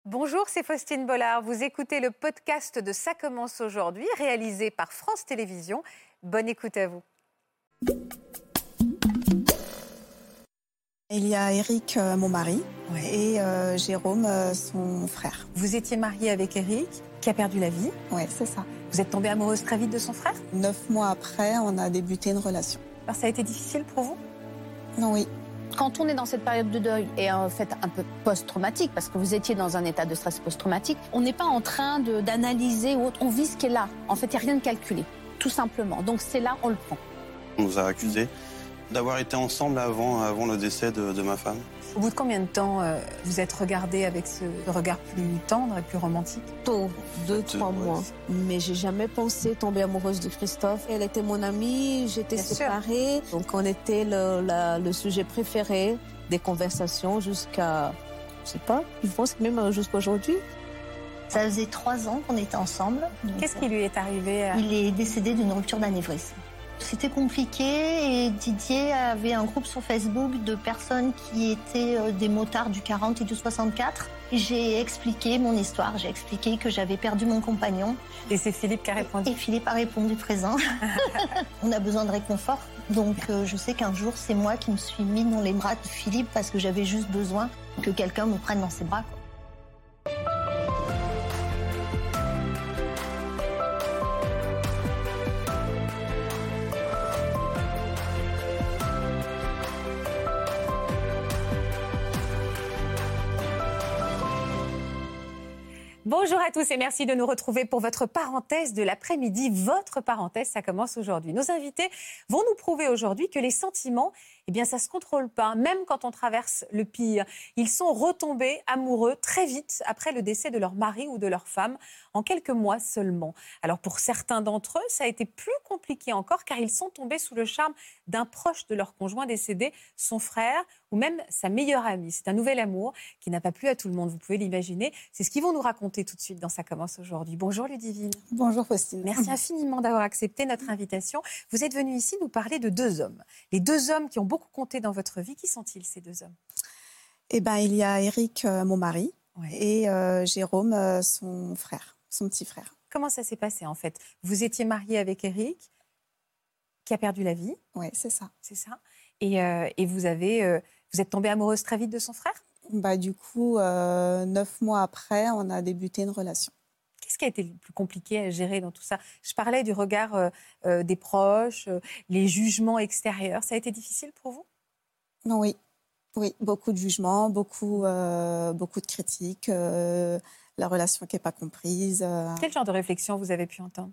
Bonjour, c'est Faustine Bollard. Vous écoutez le podcast de Ça commence aujourd'hui, réalisé par France Télévisions. Bonne écoute à vous. Il y a Eric, mon mari, et Jérôme, son frère. Vous étiez mariée avec Eric, qui a perdu la vie. Oui, c'est ça. Vous êtes tombée amoureuse très vite de son frère. 9 mois après, on a débuté une relation. Alors, ça a été difficile pour vous? Non, oui. Quand on est dans cette période de deuil et en fait un peu post-traumatique, parce que vous étiez dans un état de stress post-traumatique, on n'est pas en train d'analyser ou autre, on vit ce qui est là. En fait, il n'y a rien de calculé, tout simplement. Donc c'est là, on le prend. On nous a accusés d'avoir été ensemble avant le décès de ma femme. Au bout de combien de temps vous êtes regardée avec ce regard plus tendre et plus romantique? Tôt, 2-3 mois. Mais j'ai jamais pensé tomber amoureuse de Christophe. Elle était mon amie, j'étais séparée. Donc on était le sujet préféré des conversations jusqu'à, je sais pas, je pense que même jusqu'à aujourd'hui. Ça faisait 3 ans qu'on était ensemble. Qu'est-ce qui lui est arrivé? Il est décédé d'une rupture d'anévrisme. C'était compliqué et Didier avait un groupe sur Facebook de personnes qui étaient des motards du 40 et du 64. J'ai expliqué mon histoire, j'ai expliqué que j'avais perdu mon compagnon. Et c'est Philippe qui a répondu? Et Philippe a répondu présent. On a besoin de réconfort. Donc je sais qu'un jour, c'est moi qui me suis mis dans les bras de Philippe parce que j'avais juste besoin que quelqu'un me prenne dans ses bras, quoi. Bonjour à tous et merci de nous retrouver pour votre parenthèse de l'après-midi. Votre parenthèse, ça commence aujourd'hui. Nos invités vont nous prouver aujourd'hui que les sentiments, eh bien, ça ne se contrôle pas, même quand on traverse le pire. Ils sont retombés amoureux très vite après le décès de leur mari ou de leur femme, en quelques mois seulement. Alors pour certains d'entre eux, ça a été plus compliqué encore car ils sont tombés sous le charme d'un proche de leur conjoint décédé, son frère ou même sa meilleure amie. C'est un nouvel amour qui n'a pas plu à tout le monde, vous pouvez l'imaginer. C'est ce qu'ils vont nous raconter tout de suite dans Ça commence aujourd'hui. Bonjour Ludivine. Bonjour Faustine. Merci infiniment d'avoir accepté notre invitation. Vous êtes venue ici nous parler de 2 hommes. Les 2 hommes qui ont beaucoup compté dans votre vie. Qui sont-ils, ces 2 hommes? Eh ben, il y a Eric, mon mari, et Jérôme, son frère, son petit frère. Comment ça s'est passé en fait? Vous étiez mariée avec Eric, qui a perdu la vie. Oui, c'est ça. C'est ça. Et vous êtes tombée amoureuse très vite de son frère? Du coup, 9 mois après, on a débuté une relation. Qu'est-ce qui a été le plus compliqué à gérer dans tout ça? Je parlais du regard des proches, les jugements extérieurs. Ça a été difficile pour vous? Non, oui. Oui, beaucoup de jugements, beaucoup de critiques, la relation qui n'est pas comprise. Quel genre de réflexion vous avez pu entendre?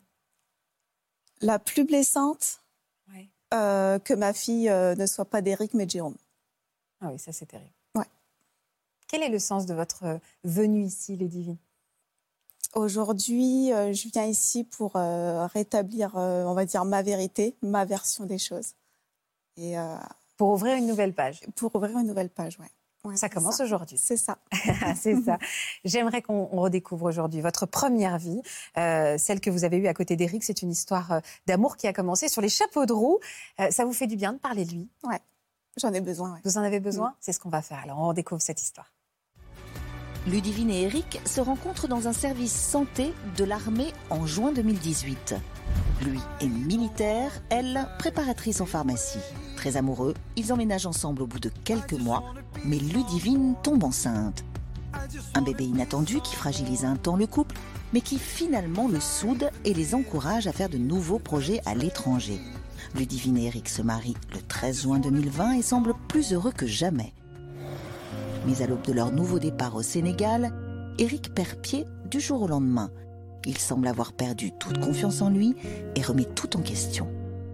La plus blessante, que ma fille ne soit pas d'Eric, mais de Jérôme. Ah oui, ça c'est terrible. Ouais. Quel est le sens de votre venue ici, Ludivine? Aujourd'hui, je viens ici pour rétablir, on va dire, ma vérité, ma version des choses. Et, pour ouvrir une nouvelle page? Pour ouvrir une nouvelle page, oui. Ouais, ça commence aujourd'hui. C'est ça. C'est ça. J'aimerais qu'on redécouvre aujourd'hui votre première vie, celle que vous avez eue à côté d'Eric. C'est une histoire d'amour qui a commencé sur les chapeaux de roue. Ça vous fait du bien de parler de lui? Ouais, j'en ai besoin. Ouais. Vous en avez besoin? C'est ce qu'on va faire. Alors, on redécouvre cette histoire. Ludivine et Eric se rencontrent dans un service santé de l'armée en juin 2018. Lui est militaire, elle préparatrice en pharmacie. Très amoureux, ils emménagent ensemble au bout de quelques mois, mais Ludivine tombe enceinte. Un bébé inattendu qui fragilise un temps le couple, mais qui finalement le soude et les encourage à faire de nouveaux projets à l'étranger. Ludivine et Eric se marient le 13 juin 2020 et semblent plus heureux que jamais. Mais à l'aube de leur nouveau départ au Sénégal, Eric perd pied du jour au lendemain. Il semble avoir perdu toute confiance en lui et remet tout en question.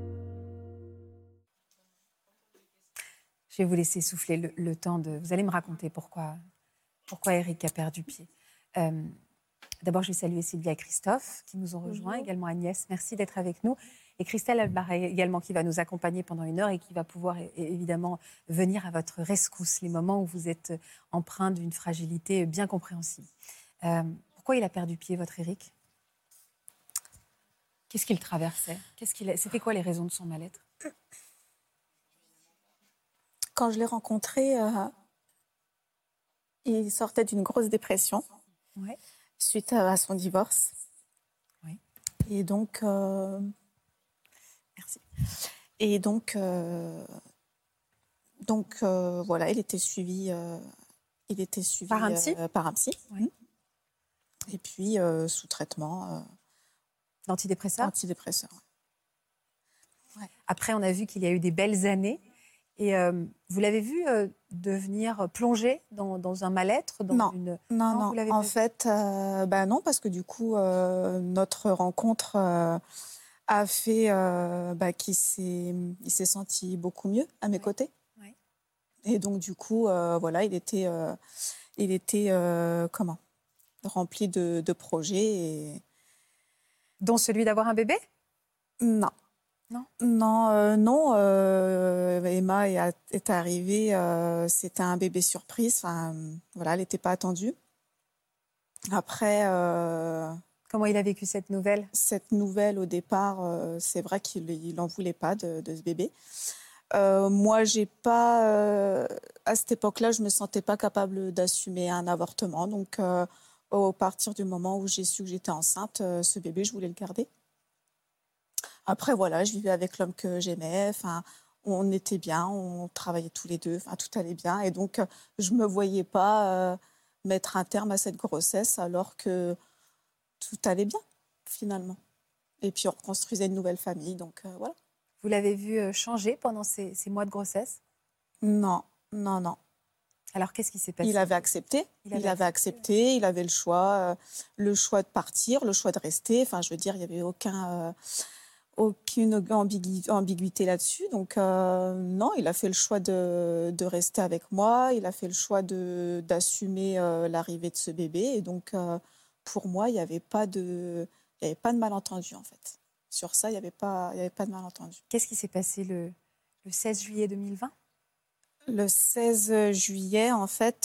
Je vais vous laisser souffler le temps de... Vous allez me raconter pourquoi Eric a perdu pied. D'abord, je vais saluer Sylvia et Christophe qui nous ont rejoints, également Agnès. Merci d'être avec nous. Et Christelle Albaret également qui va nous accompagner pendant 1 heure et qui va pouvoir évidemment venir à votre rescousse, les moments où vous êtes empreint d'une fragilité bien compréhensible. Pourquoi il a perdu pied, votre Eric? Qu'est-ce qu'il traversait? C'était quoi les raisons de son mal-être? Quand je l'ai rencontré, il sortait d'une grosse dépression. Ouais. suite à son divorce. Oui. Et donc, merci. Et donc voilà, il était suivi Par un psy par un psy. Oui. Et puis sous traitement D'antidépresseurs. antidépresseur. Ouais. Après, on a vu qu'il y a eu des belles années. Et vous l'avez vu devenir plonger dans un mal-être Non. Vous l'avez En pas vu. fait, non, parce que du coup, notre rencontre a fait qu'il il s'est senti beaucoup mieux à mes côtés. Oui. Et donc, du coup, voilà, il était rempli de projets. Et... Dont celui d'avoir un bébé? Non. Non. Emma est arrivée. C'était un bébé surprise. Enfin, voilà, elle n'était pas attendue. Après, Comment il a vécu cette nouvelle? cette nouvelle, au départ, c'est vrai qu'il n'en voulait pas de ce bébé. Moi, j'ai pas, à cette époque-là, je ne me sentais pas capable d'assumer un avortement. Donc, à partir du moment où j'ai su que j'étais enceinte, ce bébé, je voulais le garder. Après, voilà, je vivais avec l'homme que j'aimais. Enfin, on était bien, on travaillait tous les deux. Enfin, tout allait bien. Et donc, je ne me voyais pas mettre un terme à cette grossesse alors que tout allait bien, finalement. Et puis, on reconstruisait une nouvelle famille. Donc, voilà. Vous l'avez vu changer pendant ces mois de grossesse? Non. Alors, qu'est-ce qui s'est passé? Il avait accepté. Il avait accepté. Il avait le choix de partir, le choix de rester. Enfin, je veux dire, il n'y avait aucune ambiguïté là-dessus. Donc, non, il a fait le choix de rester avec moi. Il a fait le choix d'assumer l'arrivée de ce bébé. Et donc, pour moi, il n'y avait pas de malentendu, en fait. Sur ça, il n'y avait pas de malentendu. Qu'est-ce qui s'est passé le 16 juillet 2020? Le 16 juillet, en fait,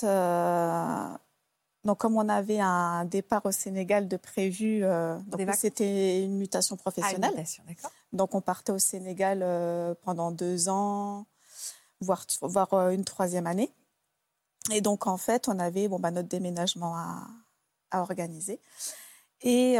donc comme on avait un départ au Sénégal de prévu, donc c'était une mutation professionnelle. Une mutation, d'accord. Donc on partait au Sénégal pendant 2 ans, voire une 3e année. Et donc en fait, on avait notre déménagement à organiser. Et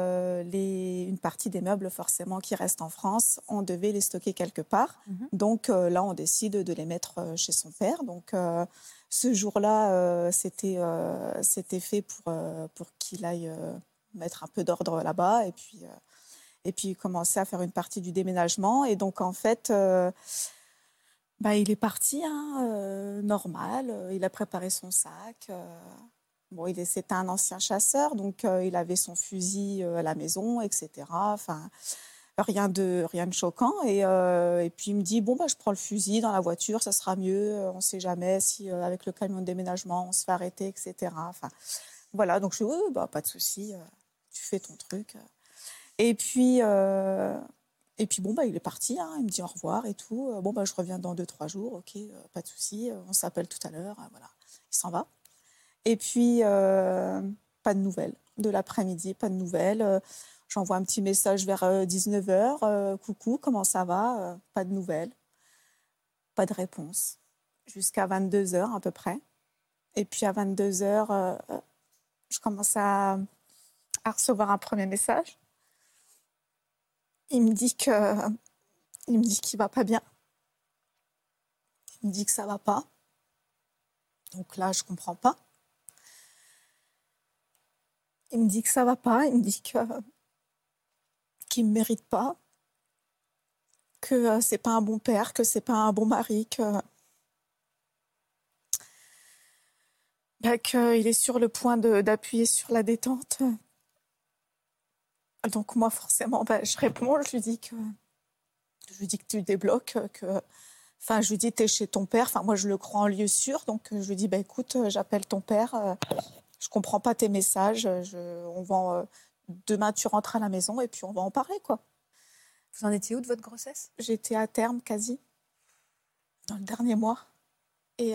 une partie des meubles, forcément, qui restent en France, on devait les stocker quelque part. Donc là, on décide de les mettre chez son père. Donc ce jour-là, c'était fait pour qu'il aille mettre un peu d'ordre là-bas et puis commencer à faire une partie du déménagement. Et donc, en fait, il est parti, normal. Il a préparé son sac. C'était un ancien chasseur, donc il avait son fusil à la maison, etc. Enfin, rien de choquant. Et puis il me dit, je prends le fusil dans la voiture, ça sera mieux. On ne sait jamais si avec le camion de déménagement, on se fait arrêter, etc. Enfin, voilà, donc je dis, oui, pas de souci, tu fais ton truc. Et puis, il est parti, il me dit au revoir et tout. Je reviens dans 2-3 jours, ok, pas de souci, on s'appelle tout à l'heure, voilà. Il s'en va. Et puis, pas de nouvelles. De l'après-midi, pas de nouvelles. J'envoie un petit message vers 19h. Coucou, comment ça va? Pas de nouvelles. Pas de réponse. Jusqu'à 22h à peu près. Et puis à 22h, je commence à recevoir un premier message. Il me dit qu'il va pas bien. Il me dit que ça va pas. Donc là, je comprends pas. Il me dit que ça va pas, il me dit qu'il me mérite pas, que c'est pas un bon père, que c'est pas un bon mari, qu'il est sur le point d'appuyer sur la détente. Donc moi, forcément, je réponds, je lui dis que tu débloques, je lui dis t'es chez ton père. Enfin, moi, je le crois en lieu sûr, donc je lui dis écoute, j'appelle ton père. Je comprends pas tes messages. Demain, tu rentres à la maison et puis on va en parler, quoi. Vous en étiez où de votre grossesse? J'étais à terme, quasi, dans le dernier mois. Et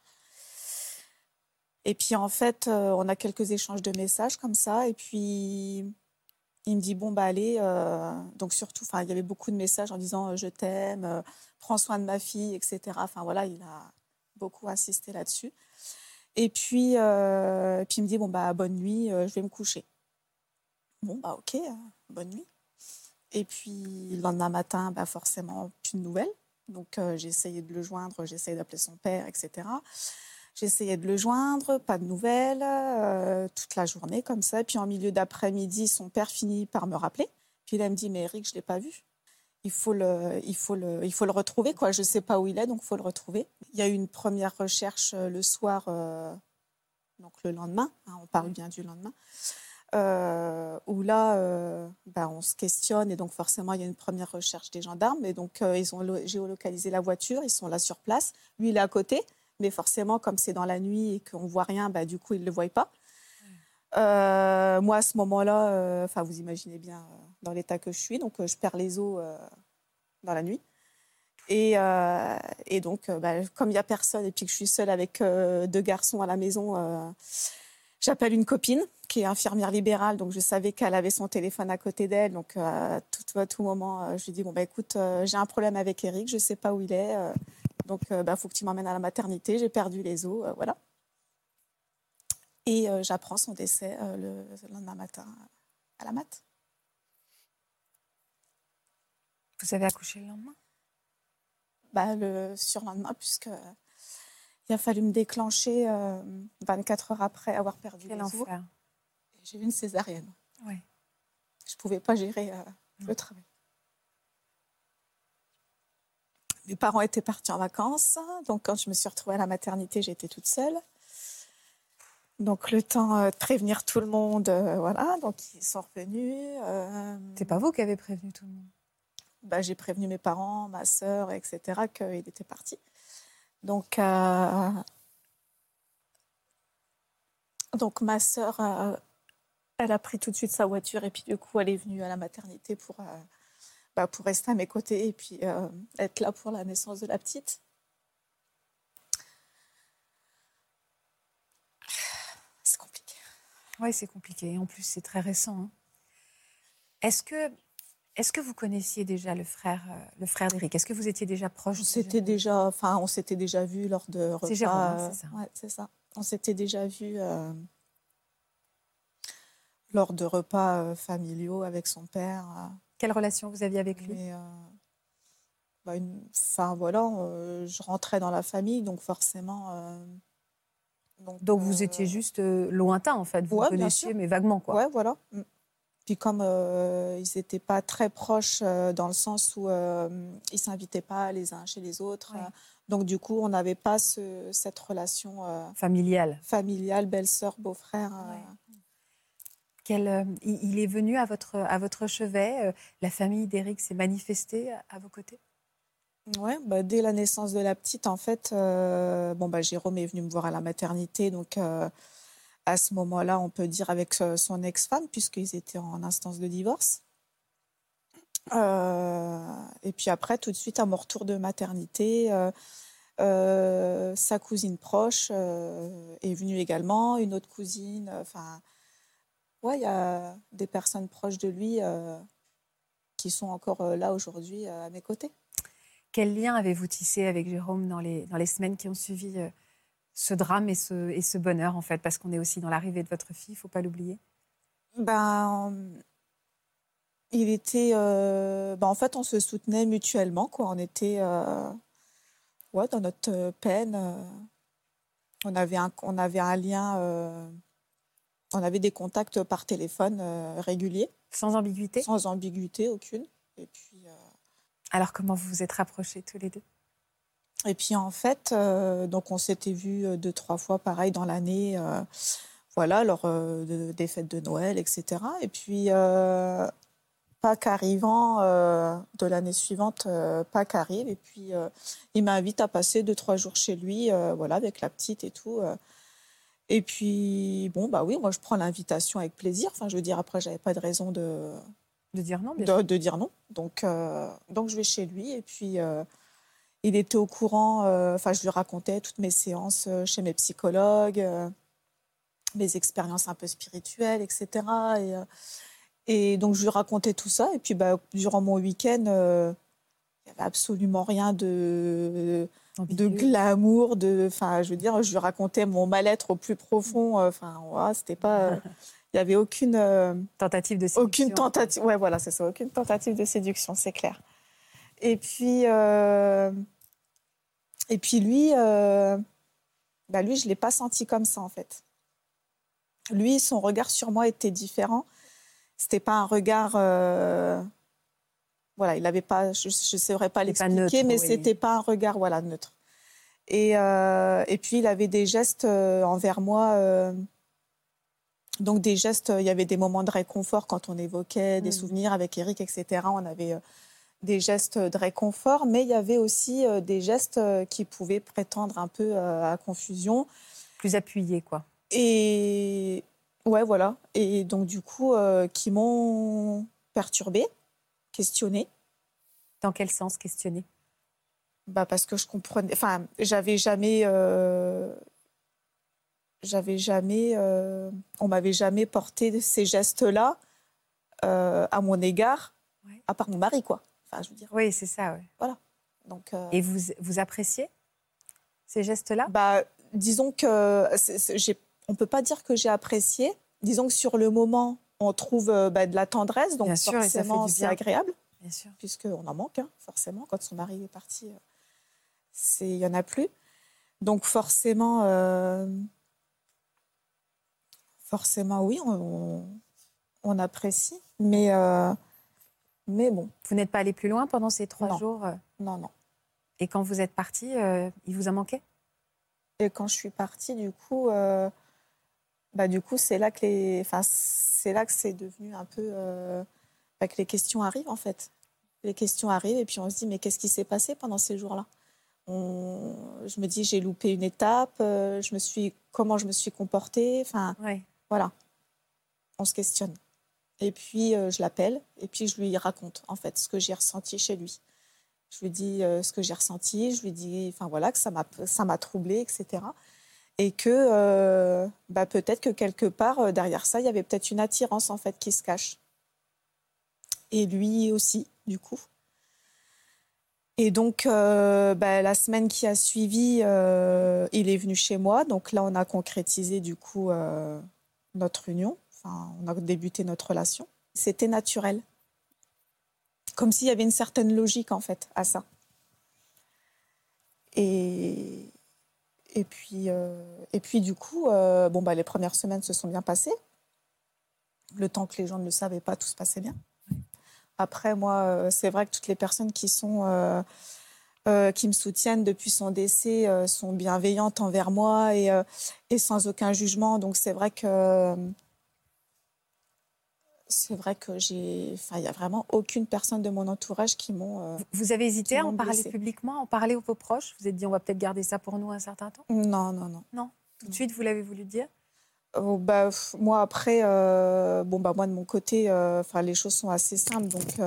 puis, en fait, on a quelques échanges de messages comme ça. Et puis, il me dit, allez. Donc, surtout, il y avait beaucoup de messages en disant, je t'aime, prends soin de ma fille, etc. Enfin, voilà, il a beaucoup insisté là-dessus. Et puis il me dit, bon, bah, bonne nuit, je vais me coucher. Bon, bah, ok, bonne nuit. Et puis, le lendemain matin, bah, forcément, plus de nouvelles. Donc, j'ai essayé de le joindre, j'ai essayé d'appeler son père, etc. J'essayais de le joindre, pas de nouvelles, toute la journée comme ça. Et puis, en milieu d'après-midi, son père finit par me rappeler. Puis là, il me dit, mais Eric, je ne l'ai pas vu. Il faut le retrouver, quoi. Je ne sais pas où il est, donc il faut le retrouver. Il y a eu une première recherche le soir, donc le lendemain, hein, on parle bien du lendemain, où là, on se questionne et donc forcément, il y a une première recherche des gendarmes. Et donc, ils ont géolocalisé la voiture, ils sont là sur place. Lui, il est à côté, mais forcément, comme c'est dans la nuit et qu'on ne voit rien, du coup, ils ne le voient pas. Moi, à ce moment-là, vous imaginez bien dans l'état que je suis, donc je perds les os dans la nuit. Et donc, comme il n'y a personne et puis que je suis seule avec 2 garçons à la maison, j'appelle une copine qui est infirmière libérale, donc je savais qu'elle avait son téléphone à côté d'elle. Donc, à tout moment, je lui dis, écoute, j'ai un problème avec Eric, je ne sais pas où il est. Donc, faut que tu m'emmènes à la maternité, j'ai perdu les os, voilà. Et j'apprends son décès le lendemain matin à la mat. Vous avez accouché le lendemain ? Le surlendemain, puisqu'il a fallu me déclencher 24 heures après avoir perdu les os. Quel enfer. J'ai eu une césarienne. Ouais. Je ne pouvais pas gérer le travail. Mes parents étaient partis en vacances, donc quand je me suis retrouvée à la maternité, j'étais toute seule. Donc le temps de prévenir tout le monde, voilà, donc ils sont revenus. C'est pas vous qui avez prévenu tout le monde ? J'ai prévenu mes parents, ma sœur, etc., qu'il était parti. Donc ma sœur, elle a pris tout de suite sa voiture et puis du coup, elle est venue à la maternité pour rester à mes côtés et puis être là pour la naissance de la petite. C'est compliqué. Oui, c'est compliqué. En plus, c'est très récent. Hein. Est-ce que vous connaissiez déjà le frère d'Éric ? Est-ce que vous étiez déjà proche ? On s'était déjà vus lors de repas. C'est Jérôme, c'est ça. Ouais, c'est ça. On s'était déjà vus lors de repas familiaux avec son père. Quelle relation vous aviez avec lui ? Je rentrais dans la famille, donc forcément... Donc vous étiez juste lointain, en fait. Vous connaissiez, mais vaguement, quoi. Ouais, voilà. Puis comme ils n'étaient pas très proches dans le sens où ils ne s'invitaient pas les uns chez les autres. Ouais. Donc du coup, on n'avait pas cette relation familiale, belle-sœur, beau-frère. Il est venu à votre chevet. La famille d'Éric s'est manifestée à vos côtés ? Ouais, dès la naissance de la petite, en fait, Jérôme est venu me voir à la maternité. Donc à ce moment-là, on peut dire avec son ex-femme, puisqu'ils étaient en instance de divorce. Et puis après, tout de suite, à mon retour de maternité, sa cousine proche est venue également, une autre cousine. Il y a des personnes proches de lui qui sont encore là aujourd'hui à mes côtés. Quel lien avez-vous tissé avec Jérôme dans les semaines qui ont suivi ce drame et ce bonheur, en fait, parce qu'on est aussi dans l'arrivée de votre fille, il ne faut pas l'oublier. Il était... en fait, on se soutenait mutuellement, quoi. On était dans notre peine. On avait un lien... on avait des contacts par téléphone réguliers. Sans ambiguïté ? Sans ambiguïté aucune. Et puis... Alors, comment vous vous êtes rapprochés tous les deux ? Et puis, en fait, donc on s'était vus 2-3 fois, pareil, dans l'année, lors des fêtes de Noël, etc. Et puis, Pâques arrivant de l'année suivante, Pâques arrive. Et puis, il m'invite à passer 2-3 jours chez lui, avec la petite et tout. Et puis, moi, je prends l'invitation avec plaisir. Enfin, je veux dire, après, je n'avais pas de raison de dire non, de dire non. Donc, je vais chez lui. Et puis, il était au courant. Je lui racontais toutes mes séances chez mes psychologues, mes expériences un peu spirituelles, etc. Et donc, je lui racontais tout ça. Et puis, durant mon week-end, il n'y avait absolument rien de de glamour, je veux dire, je lui racontais mon mal-être au plus profond. C'était pas... Il n'y avait aucune... tentative de séduction. Aucune tentative... Ouais, voilà, c'est ça. Aucune tentative de séduction, c'est clair. Et puis lui, lui, je ne l'ai pas senti comme ça, en fait. Lui, son regard sur moi était différent. C'était pas un regard... Voilà, il avait pas... Je ne saurais pas l'expliquer, mais c'était pas un regard neutre. Et puis, il avait des gestes envers moi... Donc, des gestes... Il y avait des moments de réconfort quand on évoquait des souvenirs avec Eric, etc. On avait... des gestes de réconfort, mais il y avait aussi des gestes qui pouvaient prétendre un peu à confusion. Plus appuyés, quoi. Et ouais, voilà. Et donc, du coup, qui m'ont perturbée, questionnée. Dans quel sens questionnée ? Parce que je comprenais... Enfin, j'avais jamais... on m'avait jamais porté ces gestes-là à mon égard, à part mon mari, quoi. Je veux dire. Oui, c'est ça. Ouais. Voilà. Donc, et vous appréciez ces gestes-là ? Disons que on ne peut pas dire que j'ai apprécié. Disons que sur le moment, on trouve de la tendresse, donc bien forcément, c'est agréable. Bien sûr. Puisqu'on en manque, forcément. Quand son mari est parti, il n'y en a plus. Donc forcément, oui, on apprécie. Mais bon. Vous n'êtes pas allé plus loin pendant ces 3 jours ? Non, non. Et quand vous êtes partie, il vous a manqué ? Et quand je suis partie, du coup, c'est là que c'est devenu un peu que les questions arrivent, en fait. Les questions arrivent et puis on se dit, mais qu'est-ce qui s'est passé pendant ces jours-là ? Je me dis, j'ai loupé une étape, comment je me suis comportée, voilà. On se questionne. Et puis, je l'appelle et puis je lui raconte, en fait, ce que j'ai ressenti chez lui. Je lui dis ce que j'ai ressenti, je lui dis que ça m'a troublée, etc. Et que peut-être que quelque part, derrière ça, il y avait peut-être une attirance, en fait, qui se cache. Et lui aussi, du coup. Et donc, la semaine qui a suivi, il est venu chez moi. Donc là, on a concrétisé, du coup, notre union. On a débuté notre relation. C'était naturel. Comme s'il y avait une certaine logique, en fait, à ça. Et puis, du coup, les premières semaines se sont bien passées. Le temps que les gens ne le savaient pas, tout se passait bien. Après, moi, c'est vrai que toutes les personnes qui me soutiennent depuis son décès sont bienveillantes envers moi et sans aucun jugement. Donc, c'est vrai que il y a vraiment aucune personne de mon entourage qui m'ont... Vous avez hésité à en parler publiquement, à en parler aux vos proches ? Vous vous êtes dit, on va peut-être garder ça pour nous un certain temps ? Non. Non ? Tout de suite, vous l'avez voulu dire ? Moi, après, moi, de mon côté, les choses sont assez simples.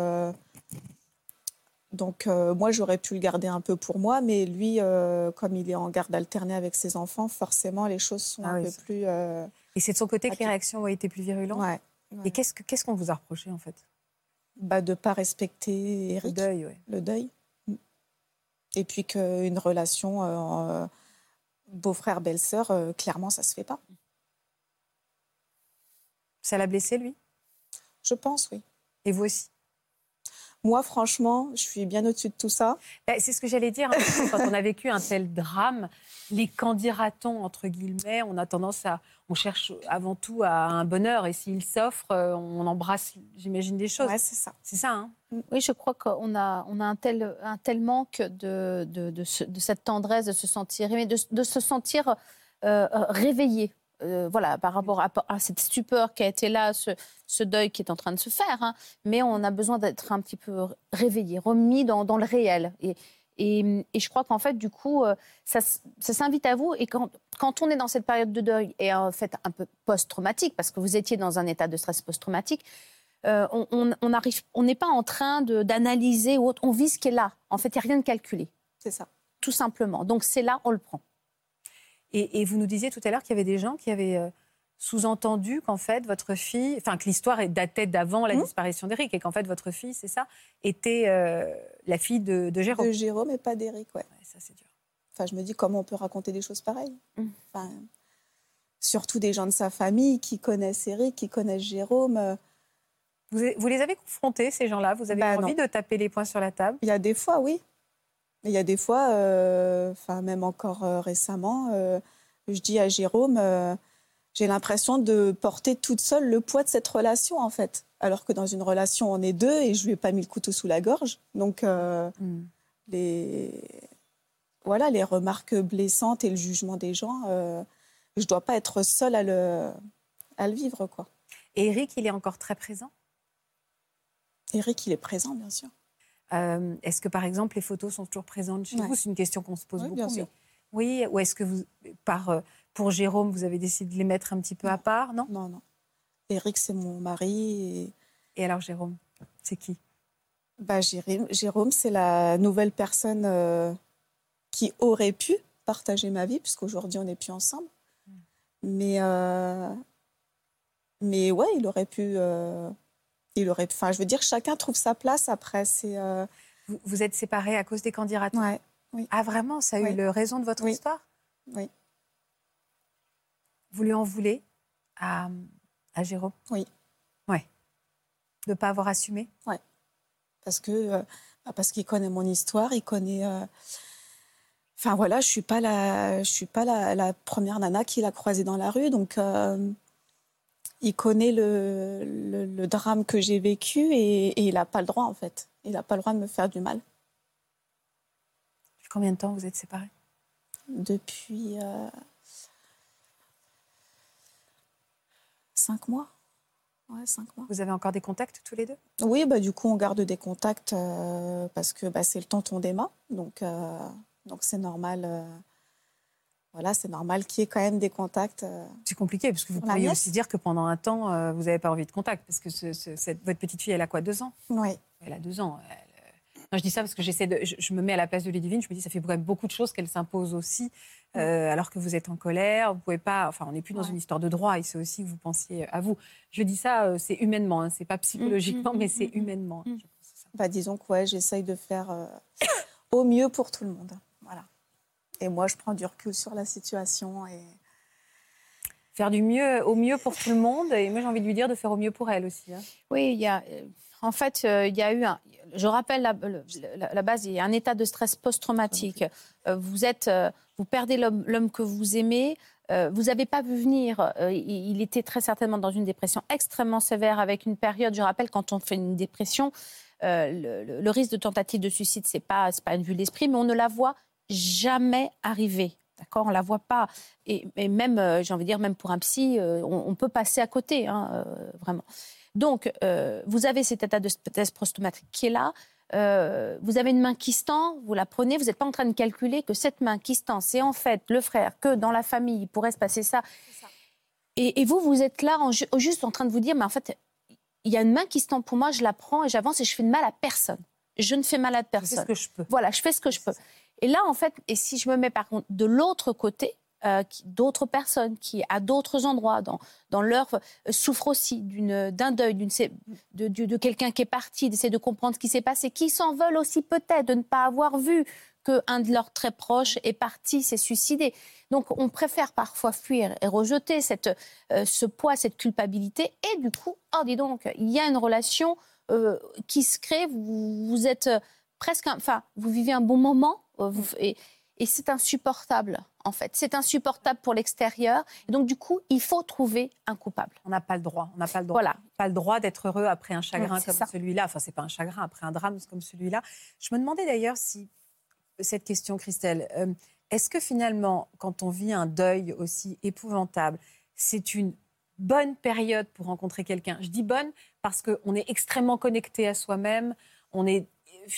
Donc, moi, j'aurais pu le garder un peu pour moi. Mais lui, comme il est en garde alternée avec ses enfants, forcément, les choses sont un peu plus... Et c'est de son côté que les réactions ont été plus virulentes ? Ouais. Et qu'est-ce qu'on vous a reproché, en fait ? De ne pas respecter Eric, le deuil. Et puis qu'une relation beau-frère-belle-sœur, clairement, ça ne se fait pas. Ça l'a blessé, lui ? Je pense, oui. Et vous aussi ? Moi, franchement, je suis bien au-dessus de tout ça. C'est ce que j'allais dire. Quand on a vécu un tel drame, les qu'en dira-t-on, entre guillemets, on cherche avant tout à un bonheur. Et s'il s'offre, on embrasse, j'imagine, des choses. Ouais, c'est ça. C'est ça, hein ? Oui, je crois qu'on a un tel manque de cette tendresse, de se sentir aimé, de se sentir réveillé. Par rapport à cette stupeur qui a été là, ce deuil qui est en train de se faire. Hein. Mais on a besoin d'être un petit peu réveillé, remis dans le réel. Et je crois qu'en fait, du coup, ça s'invite à vous. Et quand on est dans cette période de deuil, et en fait un peu post-traumatique, parce que vous étiez dans un état de stress post-traumatique, on n'est pas en train d'analyser ou autre. On vit ce qui est là. En fait, il n'y a rien de calculé. C'est ça. Tout simplement. Donc c'est là, on le prend. Et vous nous disiez tout à l'heure qu'il y avait des gens qui avaient sous-entendu qu'en fait, votre fille... Enfin, que l'histoire datait d'avant la disparition d'Éric et qu'en fait, votre fille, c'est ça, était la fille de Jérôme. De Jérôme et pas d'Éric, ouais. Ça, c'est dur. Enfin, je me dis, comment on peut raconter des choses pareilles? Enfin, surtout des gens de sa famille qui connaissent Éric, qui connaissent Jérôme. Vous les avez confrontés, ces gens-là? Vous avez envie de taper les poings sur la table? Il y a des fois, oui. Il y a des fois, même encore récemment, je dis à Jérôme, j'ai l'impression de porter toute seule le poids de cette relation, en fait. Alors que dans une relation, on est deux et je ne lui ai pas mis le couteau sous la gorge. Donc, les remarques blessantes et le jugement des gens, je ne dois pas être seule à le vivre, quoi. Et Éric, il est encore très présent? Éric, il est présent, bien sûr. Est-ce que, par exemple, les photos sont toujours présentes chez vous? C'est une question qu'on se pose beaucoup. Bien sûr. Oui, ou est-ce que pour Jérôme, vous avez décidé de les mettre un petit peu à part? Non. Éric, c'est mon mari. Et alors, Jérôme, c'est qui? Jérôme, c'est la nouvelle personne qui aurait pu partager ma vie, puisqu'aujourd'hui, on n'est plus ensemble. Mais ouais, il aurait pu... Enfin, je veux dire, chacun trouve sa place après. Vous êtes séparés à cause des candidatures? Oui. Ah, vraiment? Ça a eu le raison de votre histoire? Oui. Vous lui en voulez à Jérôme? Oui. Ouais. De ne pas avoir assumé? Oui. Parce qu'il connaît mon histoire, il connaît... Enfin, voilà, je suis pas la première nana qu'il a croisée dans la rue, donc... Il connaît le drame que j'ai vécu et il n'a pas le droit, en fait. Il n'a pas le droit de me faire du mal. Depuis combien de temps vous êtes séparés? Depuis 5 mois. Ouais, 5 mois. Vous avez encore des contacts tous les deux? Oui, du coup, on garde des contacts parce que c'est le tonton d'Emma. Donc c'est normal... Voilà, c'est normal qu'il y ait quand même des contacts. C'est compliqué, parce que vous pourriez aussi dire que pendant un temps, vous n'avez pas envie de contact. Parce que votre petite fille, elle a quoi, 2 ans? Oui. Elle a 2 ans. Non, je dis ça parce que je me mets à la place de Ludivine. Je me dis, ça fait quand même beaucoup de choses qu'elle s'impose aussi. Alors que vous êtes en colère, vous pouvez pas... Enfin, on n'est plus dans une histoire de droit. Il faut aussi que vous pensiez à vous. Je dis ça, c'est humainement. Hein, c'est pas psychologiquement, mais c'est humainement. Je pense ça. Disons que j'essaye de faire au mieux pour tout le monde. Voilà. Et moi, je prends du recul sur la situation. Et... Faire au mieux pour tout le monde. Et moi, j'ai envie de lui dire de faire au mieux pour elle aussi. Hein. Oui, il y a eu je rappelle la base, il y a un état de stress post-traumatique. Vous perdez l'homme que vous aimez. Vous n'avez pas vu venir. Il était très certainement dans une dépression extrêmement sévère avec une période, je rappelle, quand on fait une dépression, le risque de tentative de suicide, c'est pas une vue d'esprit, mais on ne la voit jamais arriver. D'accord, on la voit pas. Et même, j'ai envie de dire, même pour un psy, on peut passer à côté, vraiment. Donc, vous avez cet état de stress post-traumatique qui est là. Vous avez une main qui se tend, vous la prenez, vous n'êtes pas en train de calculer que cette main qui se tend, c'est en fait le frère, que dans la famille, il pourrait se passer ça. Et vous êtes là juste en train de vous dire, mais en fait, il y a une main qui se tend pour moi, je la prends et j'avance et je fais de mal à personne. Je ne fais mal à personne. Je fais ce que je peux. Voilà, je fais ce que je peux. Et là, en fait, et si je me mets par contre de l'autre côté, d'autres personnes qui, à d'autres endroits, dans leur souffrent aussi d'un deuil, de quelqu'un qui est parti, d'essayer de comprendre ce qui s'est passé, qui s'en veulent aussi peut-être de ne pas avoir vu qu'un de leurs très proches est parti, s'est suicidé. Donc, on préfère parfois fuir et rejeter ce poids, cette culpabilité. Et du coup, dis donc, il y a une relation qui se crée. Vous êtes presque... vous vivez un bon moment et c'est insupportable, en fait. C'est insupportable pour l'extérieur. Et donc, du coup, il faut trouver un coupable. On n'a pas le droit. On n'a pas le droit. Voilà. Pas le droit d'être heureux après un chagrin comme celui-là. Enfin, c'est pas un chagrin, après un drame comme celui-là. Je me demandais d'ailleurs si... Cette question, Christelle, est-ce que finalement, quand on vit un deuil aussi épouvantable, c'est une bonne période pour rencontrer quelqu'un? Je dis bonne parce qu'on est extrêmement connecté à soi-même, on est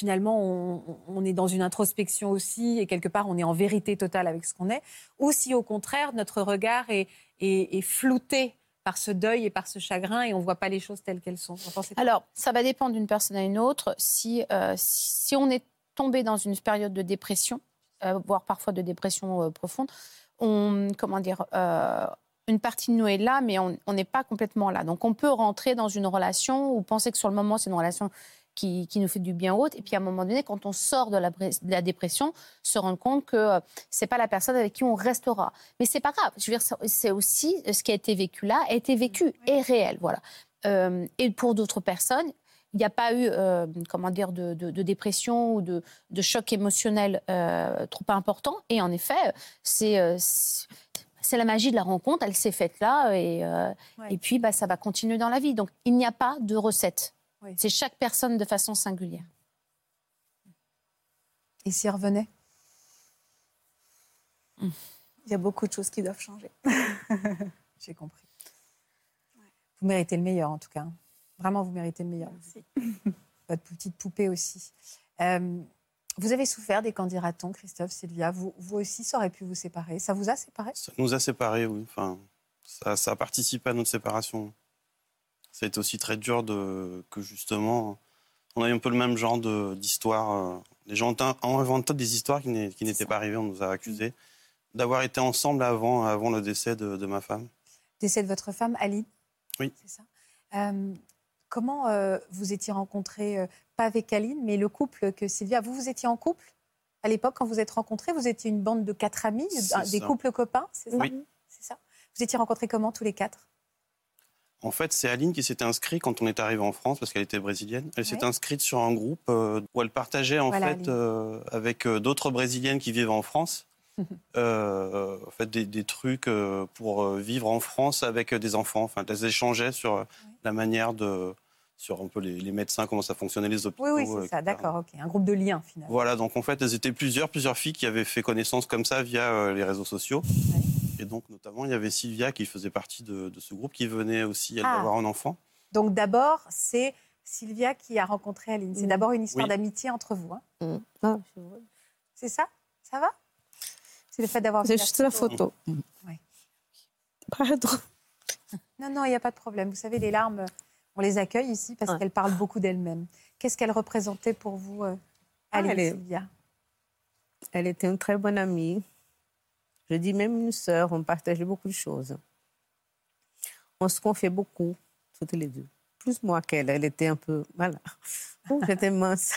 dans une introspection aussi, et quelque part, on est en vérité totale avec ce qu'on est. Ou si, au contraire, notre regard est flouté par ce deuil et par ce chagrin et on ne voit pas les choses telles qu'elles sont. Alors, ça va dépendre d'une personne à une autre. Si on est tombé dans une période de dépression, voire parfois de dépression profonde, une partie de nous est là, mais on n'est pas complètement là. Donc, on peut rentrer dans une relation ou penser que sur le moment, c'est une relation qui nous fait du bien ou autre. Et puis à un moment donné, quand on sort de la dépression, se rendre compte que c'est pas la personne avec qui on restera. Mais c'est pas grave. Je veux dire, c'est aussi ce qui a été vécu là, a été vécu et réel. Voilà. Et pour d'autres personnes, il n'y a pas eu de dépression ou de choc émotionnel trop important. Et en effet, c'est la magie de la rencontre. Elle s'est faite là et puis ça va continuer dans la vie. Donc, il n'y a pas de recette. Oui. C'est chaque personne de façon singulière. Et s'il revenait ? Il y a beaucoup de choses qui doivent changer. J'ai compris. Vous méritez le meilleur, en tout cas. Vraiment, vous méritez le meilleur. Merci. Votre petite poupée aussi. Vous avez souffert des candidatons, Christophe, Sylvia. Vous aussi, ça aurait pu vous séparer. Ça vous a séparés ? Ça nous a séparés, oui. Enfin, ça a participé à notre séparation. Ça a été aussi très dur que justement, on a eu un peu le même genre d'histoire. Les gens ont inventé des histoires qui n'étaient pas arrivées. On nous a accusés d'avoir été ensemble avant le décès de ma femme. Décès de votre femme, Aline ? Oui. C'est ça. Comment vous étiez rencontrés, pas avec Aline, mais le couple que Sylvia... Vous étiez en couple à l'époque, quand vous êtes rencontrés? Vous étiez une bande de 4 amis, des couples copains, c'est ça? Oui. C'est ça. Vous étiez rencontrés comment, tous les 4? En fait, c'est Aline qui s'était inscrite quand on est arrivé en France, parce qu'elle était brésilienne. Elle s'est inscrite sur un groupe où elle partageait avec d'autres Brésiliennes qui vivent en France. En fait, des trucs pour vivre en France avec des enfants. Enfin, elles échangeaient sur la manière sur un peu les médecins, comment ça fonctionnait, les hôpitaux. Oui, c'est ça, d'accord, ok. Un groupe de liens, finalement. Voilà, donc en fait, elles étaient plusieurs filles qui avaient fait connaissance comme ça via les réseaux sociaux. Ouais. Et donc, notamment, il y avait Sylvia qui faisait partie de ce groupe, qui venait aussi, elle, d'avoir un enfant. Donc d'abord, c'est Sylvia qui a rencontré Aline. C'est d'abord une histoire d'amitié entre vous. Hein. C'est ça? Ça va? C'est le fait d'avoir vu juste la photo. Ouais. Pardon. Non, il n'y a pas de problème. Vous savez, les larmes, on les accueille ici parce qu'elles parlent beaucoup d'elles-mêmes. Qu'est-ce qu'elle représentait pour vous, Aline, Sylvia? Elle était une très bonne amie. Je dis même une sœur, on partageait beaucoup de choses. On se confiait beaucoup, toutes les deux. Plus moi qu'elle, elle était un peu... Voilà. J'étais mince.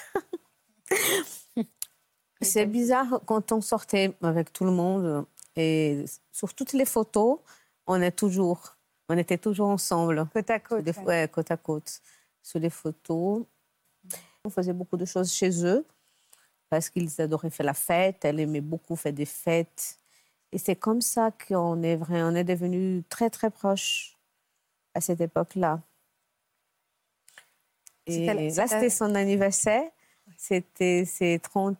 C'est bizarre, quand on sortait avec tout le monde, et sur toutes les photos, on était toujours ensemble. Côte à côte. Côte à côte. Sur les photos. On faisait beaucoup de choses chez eux, parce qu'ils adoraient faire la fête. Elle aimait beaucoup faire des fêtes. Et c'est comme ça qu'on est devenus très, très proches à cette époque-là. Et là, c'était son anniversaire. C'était ses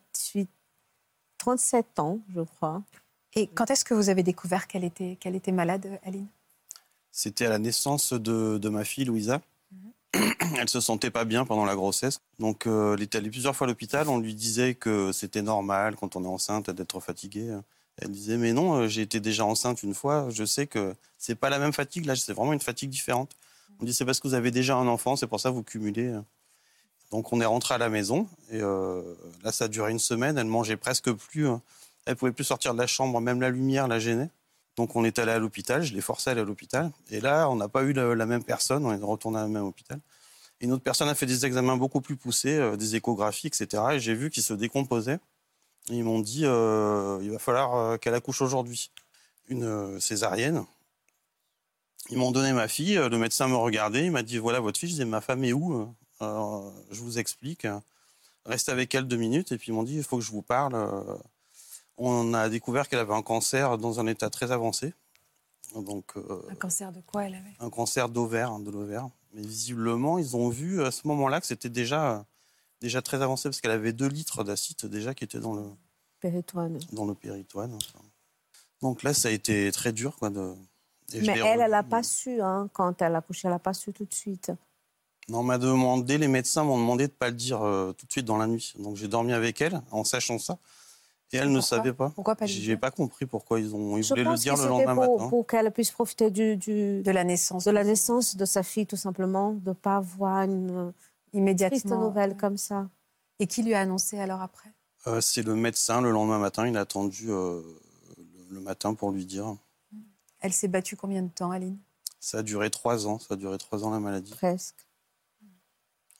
37 ans, je crois. Et quand est-ce que vous avez découvert qu'elle était malade, Aline? C'était à la naissance de ma fille, Louisa. Elle se sentait pas bien pendant la grossesse. Donc, elle est allée plusieurs fois à l'hôpital. On lui disait que c'était normal, quand on est enceinte, d'être fatiguée. Elle disait, mais non, j'ai été déjà enceinte une fois. Je sais que c'est pas la même fatigue. Là, c'est vraiment une fatigue différente. On dit, c'est parce que vous avez déjà un enfant, c'est pour ça que vous cumulez. Donc, on est rentré à la maison. Et là, ça a duré une semaine. Elle mangeait presque plus. Elle pouvait plus sortir de la chambre. Même la lumière la gênait. Donc, on est allé à l'hôpital. Je l'ai forcé à aller à l'hôpital. Et là, on n'a pas eu la même personne. On est retourné à la même hôpital. Et une autre personne a fait des examens beaucoup plus poussés, des échographies, etc. Et j'ai vu qu'il se décomposait. Et ils m'ont dit, il va falloir qu'elle accouche aujourd'hui. Une césarienne. Ils m'ont donné ma fille. Le médecin me regardait. Il m'a dit, voilà votre fille. Je disais, ma femme est où? Je vous explique. Restez avec elle 2 minutes. Et puis ils m'ont dit, il faut que je vous parle. On a découvert qu'elle avait un cancer dans un état très avancé. Donc, un cancer de quoi elle avait? Un cancer d'ovaire, de l'ovaire. Mais visiblement, ils ont vu à ce moment-là que c'était déjà très avancé parce qu'elle avait 2 litres d'acide déjà qui étaient dans le péritoine. Dans le péritoine. Donc là, ça a été très dur. Mais elle n'a pas su, quand elle a accouché, elle n'a pas su tout de suite. Non, les médecins m'ont demandé de ne pas le dire tout de suite dans la nuit. Donc j'ai dormi avec elle en sachant ça. Et elle ne savait pas. Pourquoi pas le dire? J'ai pas compris pourquoi ils voulaient le dire le lendemain matin. Pour qu'elle puisse profiter de la naissance. De la naissance de sa fille, tout simplement. De ne pas avoir une triste nouvelle comme ça. Et qui lui a annoncé alors après? C'est le médecin le lendemain matin. Il a attendu le matin pour lui dire. Elle s'est battue combien de temps, Aline? Ça a duré 3 ans. Ça a duré 3 ans la maladie. Presque.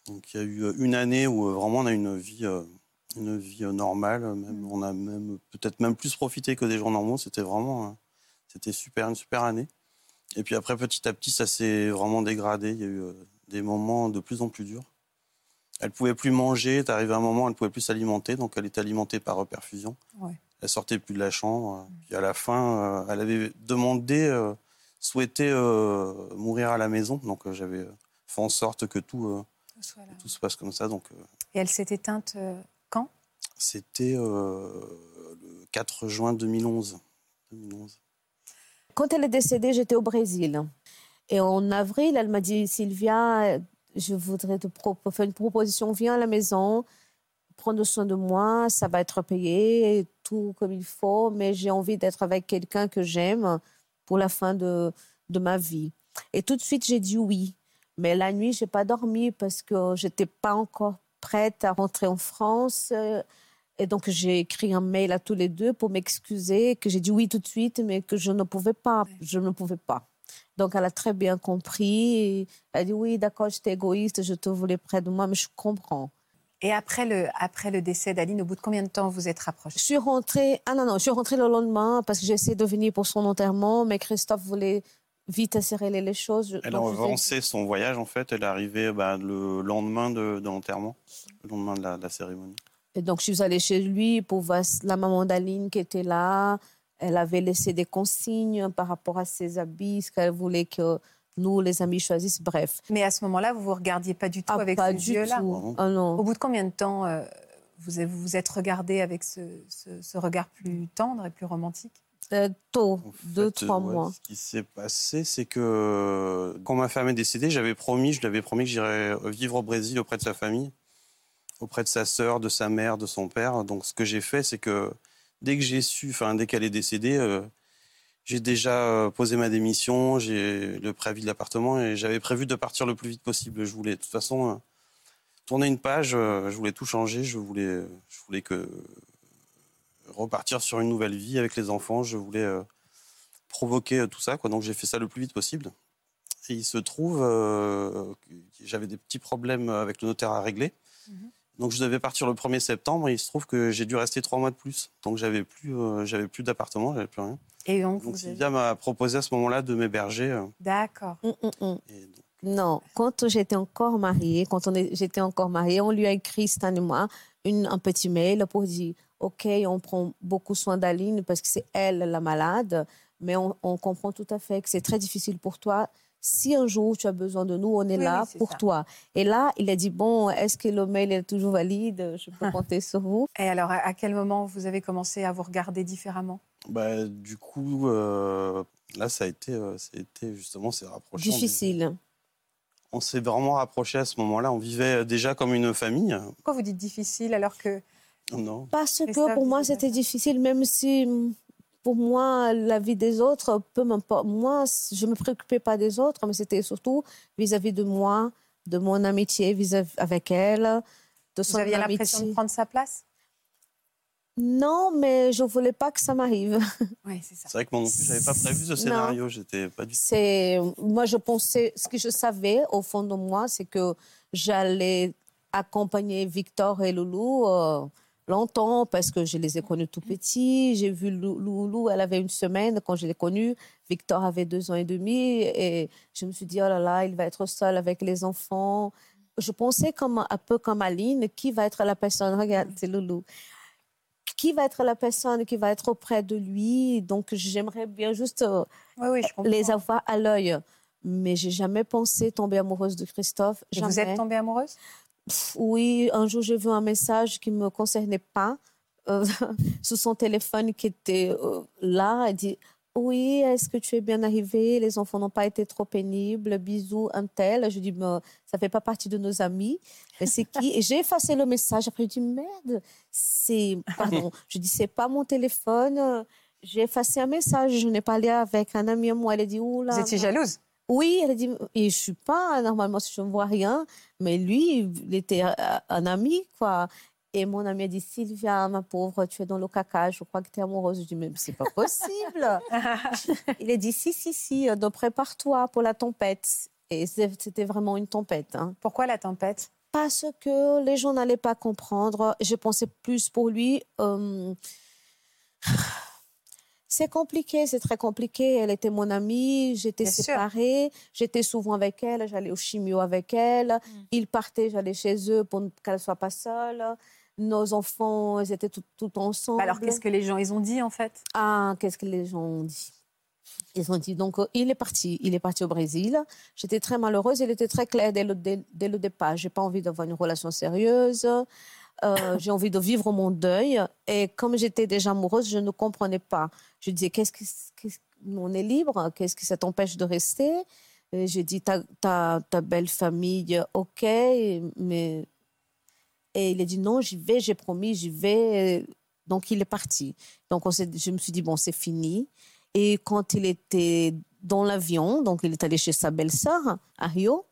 Donc il y a eu une année où vraiment on a une vie normale. On a peut-être même plus profité que des gens normaux. C'était vraiment une super année. Et puis après, petit à petit, ça s'est vraiment dégradé. Il y a eu des moments de plus en plus durs. Elle ne pouvait plus manger. T'arrivais à un moment, elle ne pouvait plus s'alimenter. Donc elle était alimentée par perfusion. Ouais. Elle sortait plus de la chambre. Puis à la fin, elle avait souhaité mourir à la maison. Donc j'avais fait en sorte que tout se passe comme ça. Donc, Et elle s'est éteinte quand ? C'était le 4 juin 2011. Quand elle est décédée, j'étais au Brésil. Et en avril, elle m'a dit, Sylvia, je voudrais te faire une proposition. Viens à la maison, prendre soin de moi, ça va être payé, tout comme il faut, mais j'ai envie d'être avec quelqu'un que j'aime pour la fin de ma vie. Et tout de suite, j'ai dit oui. Mais la nuit, je n'ai pas dormi parce que je n'étais pas encore prête à rentrer en France. Et donc, j'ai écrit un mail à tous les deux pour m'excuser, que j'ai dit oui tout de suite, mais que je ne pouvais pas. Je ne pouvais pas. Donc, elle a très bien compris. Elle a dit oui, d'accord, j'étais égoïste, je te voulais près de moi, mais je comprends. Et après le décès d'Aline, au bout de combien de temps vous êtes rapprochés ? Je suis rentrée le lendemain parce que j'ai essayé de venir pour son enterrement, mais Christophe voulait vite accélérer les choses. Elle a avancé son voyage, en fait. Elle est arrivée le lendemain de l'enterrement, le lendemain de la cérémonie. Et donc, je suis allée chez lui pour voir la maman d'Aline qui était là. Elle avait laissé des consignes par rapport à ses habits, ce qu'elle voulait que nous, les amis, choisissent. Bref. Mais à ce moment-là, vous ne vous regardiez pas du tout avec ces yeux-là ? Pas du tout. Ah non. Au bout de combien de temps vous vous êtes regardé avec ce regard plus tendre et plus romantique ? Tôt, 2-3 mois. Ce qui s'est passé, c'est que quand ma femme est décédée, je lui avais promis que j'irais vivre au Brésil auprès de sa famille, auprès de sa sœur, de sa mère, de son père. Donc ce que j'ai fait, c'est que dès qu'elle est décédée, j'ai déjà posé ma démission, j'ai le préavis de l'appartement et j'avais prévu de partir le plus vite possible. Je voulais de toute façon tourner une page, je voulais tout changer, je voulais repartir sur une nouvelle vie avec les enfants, je voulais provoquer tout ça, quoi. Donc j'ai fait ça le plus vite possible. Et il se trouve que j'avais des petits problèmes avec le notaire à régler. Donc je devais partir le 1er septembre et il se trouve que j'ai dû rester 3 mois de plus. Donc j'avais plus d'appartement, j'avais plus rien. Et donc Sylvia m'a proposé à ce moment-là de m'héberger. D'accord. Non, quand j'étais encore mariée, on lui a écrit, Stan et moi, un petit mail pour dire « Ok, on prend beaucoup soin d'Aline parce que c'est elle la malade, mais on comprend tout à fait que c'est très difficile pour toi. Si un jour tu as besoin de nous, on est là pour toi. » Et là, il a dit « Bon, est-ce que le mail est toujours valide ? Je peux compter sur vous. » Et alors, à quel moment vous avez commencé à vous regarder différemment ? Du coup, là, ça a été justement ces rapprochements. Difficile. On s'est vraiment rapprochés à ce moment-là. On vivait déjà comme une famille. Pourquoi vous dites difficile alors que... Non. Parce que pour moi, c'était difficile, même si pour moi, la vie des autres, peu m'importe. Moi, je ne me préoccupais pas des autres, mais c'était surtout vis-à-vis de moi, de mon amitié avec elle, de son amitié. Vous aviez l'impression de prendre sa place ? Non, mais je ne voulais pas que ça m'arrive. Oui, c'est ça. C'est vrai que moi non plus, je n'avais pas prévu ce scénario. J'étais pas du tout... Moi, je pensais... Ce que je savais, au fond de moi, c'est que j'allais accompagner Victor et Loulou longtemps, parce que je les ai connus tout petits. J'ai vu Loulou, elle avait 1 semaine quand je l'ai connue. Victor avait 2 ans et demi. Et je me suis dit, oh là là, il va être seul avec les enfants. Je pensais un peu comme Aline, qui va être la personne... Regarde, c'est Loulou. Qui va être la personne qui va être auprès de lui. Donc, j'aimerais bien juste les avoir à l'œil. Mais je n'ai jamais pensé tomber amoureuse de Christophe. Et vous êtes tombée amoureuse ? Oui, un jour, j'ai vu un message qui ne me concernait pas sur son téléphone qui était là. Elle dit « Oui, est-ce que tu es bien arrivée? Les enfants n'ont pas été trop pénibles. Bisous, un tel. » Je dis « Ça ne fait pas partie de nos amis. » Mais c'est qui? Et j'ai effacé le message. Après, je dis « Merde, pardon. » Je dis « C'est pas mon téléphone. » J'ai effacé un message. Je n'ai parlé avec un ami à moi. Elle a dit « Oula. » Vous étiez jalouse? Oui, elle a dit, et je suis pas, normalement, si je ne vois rien, mais lui, il était un ami, quoi. Et mon ami a dit, Sylvia, ma pauvre, tu es dans le caca, je crois que tu es amoureuse. Je dis, mais c'est pas possible. Il a dit, si, donc prépare-toi pour la tempête. Et c'était vraiment une tempête. Hein. Pourquoi la tempête? parce que les gens n'allaient pas comprendre. Je pensais plus pour lui. C'est compliqué, c'est très compliqué. Elle était mon amie, j'étais séparée, j'étais souvent avec elle, j'allais au chimio avec elle. Ils partaient, j'allais chez eux pour qu'elle ne soit pas seule. Nos enfants, ils étaient tout ensemble. Alors, qu'est-ce que les gens, ils ont dit, en fait? Ah, qu'est-ce que les gens ont dit? Ils ont dit, donc, il est parti au Brésil. J'étais très malheureuse, il était très clair dès le départ. Je n'ai pas envie d'avoir une relation sérieuse. J'ai envie de vivre mon deuil. Et comme j'étais déjà amoureuse, je ne comprenais pas. Je disais, on est libre, qu'est-ce que ça t'empêche de rester? Et j'ai dit, ta belle famille, ok, mais... Et il a dit, non, j'y vais, j'ai promis, j'y vais. Donc, il est parti. Donc, je me suis dit, bon, c'est fini. Et quand il était dans l'avion, donc il est allé chez sa belle-sœur à Rio,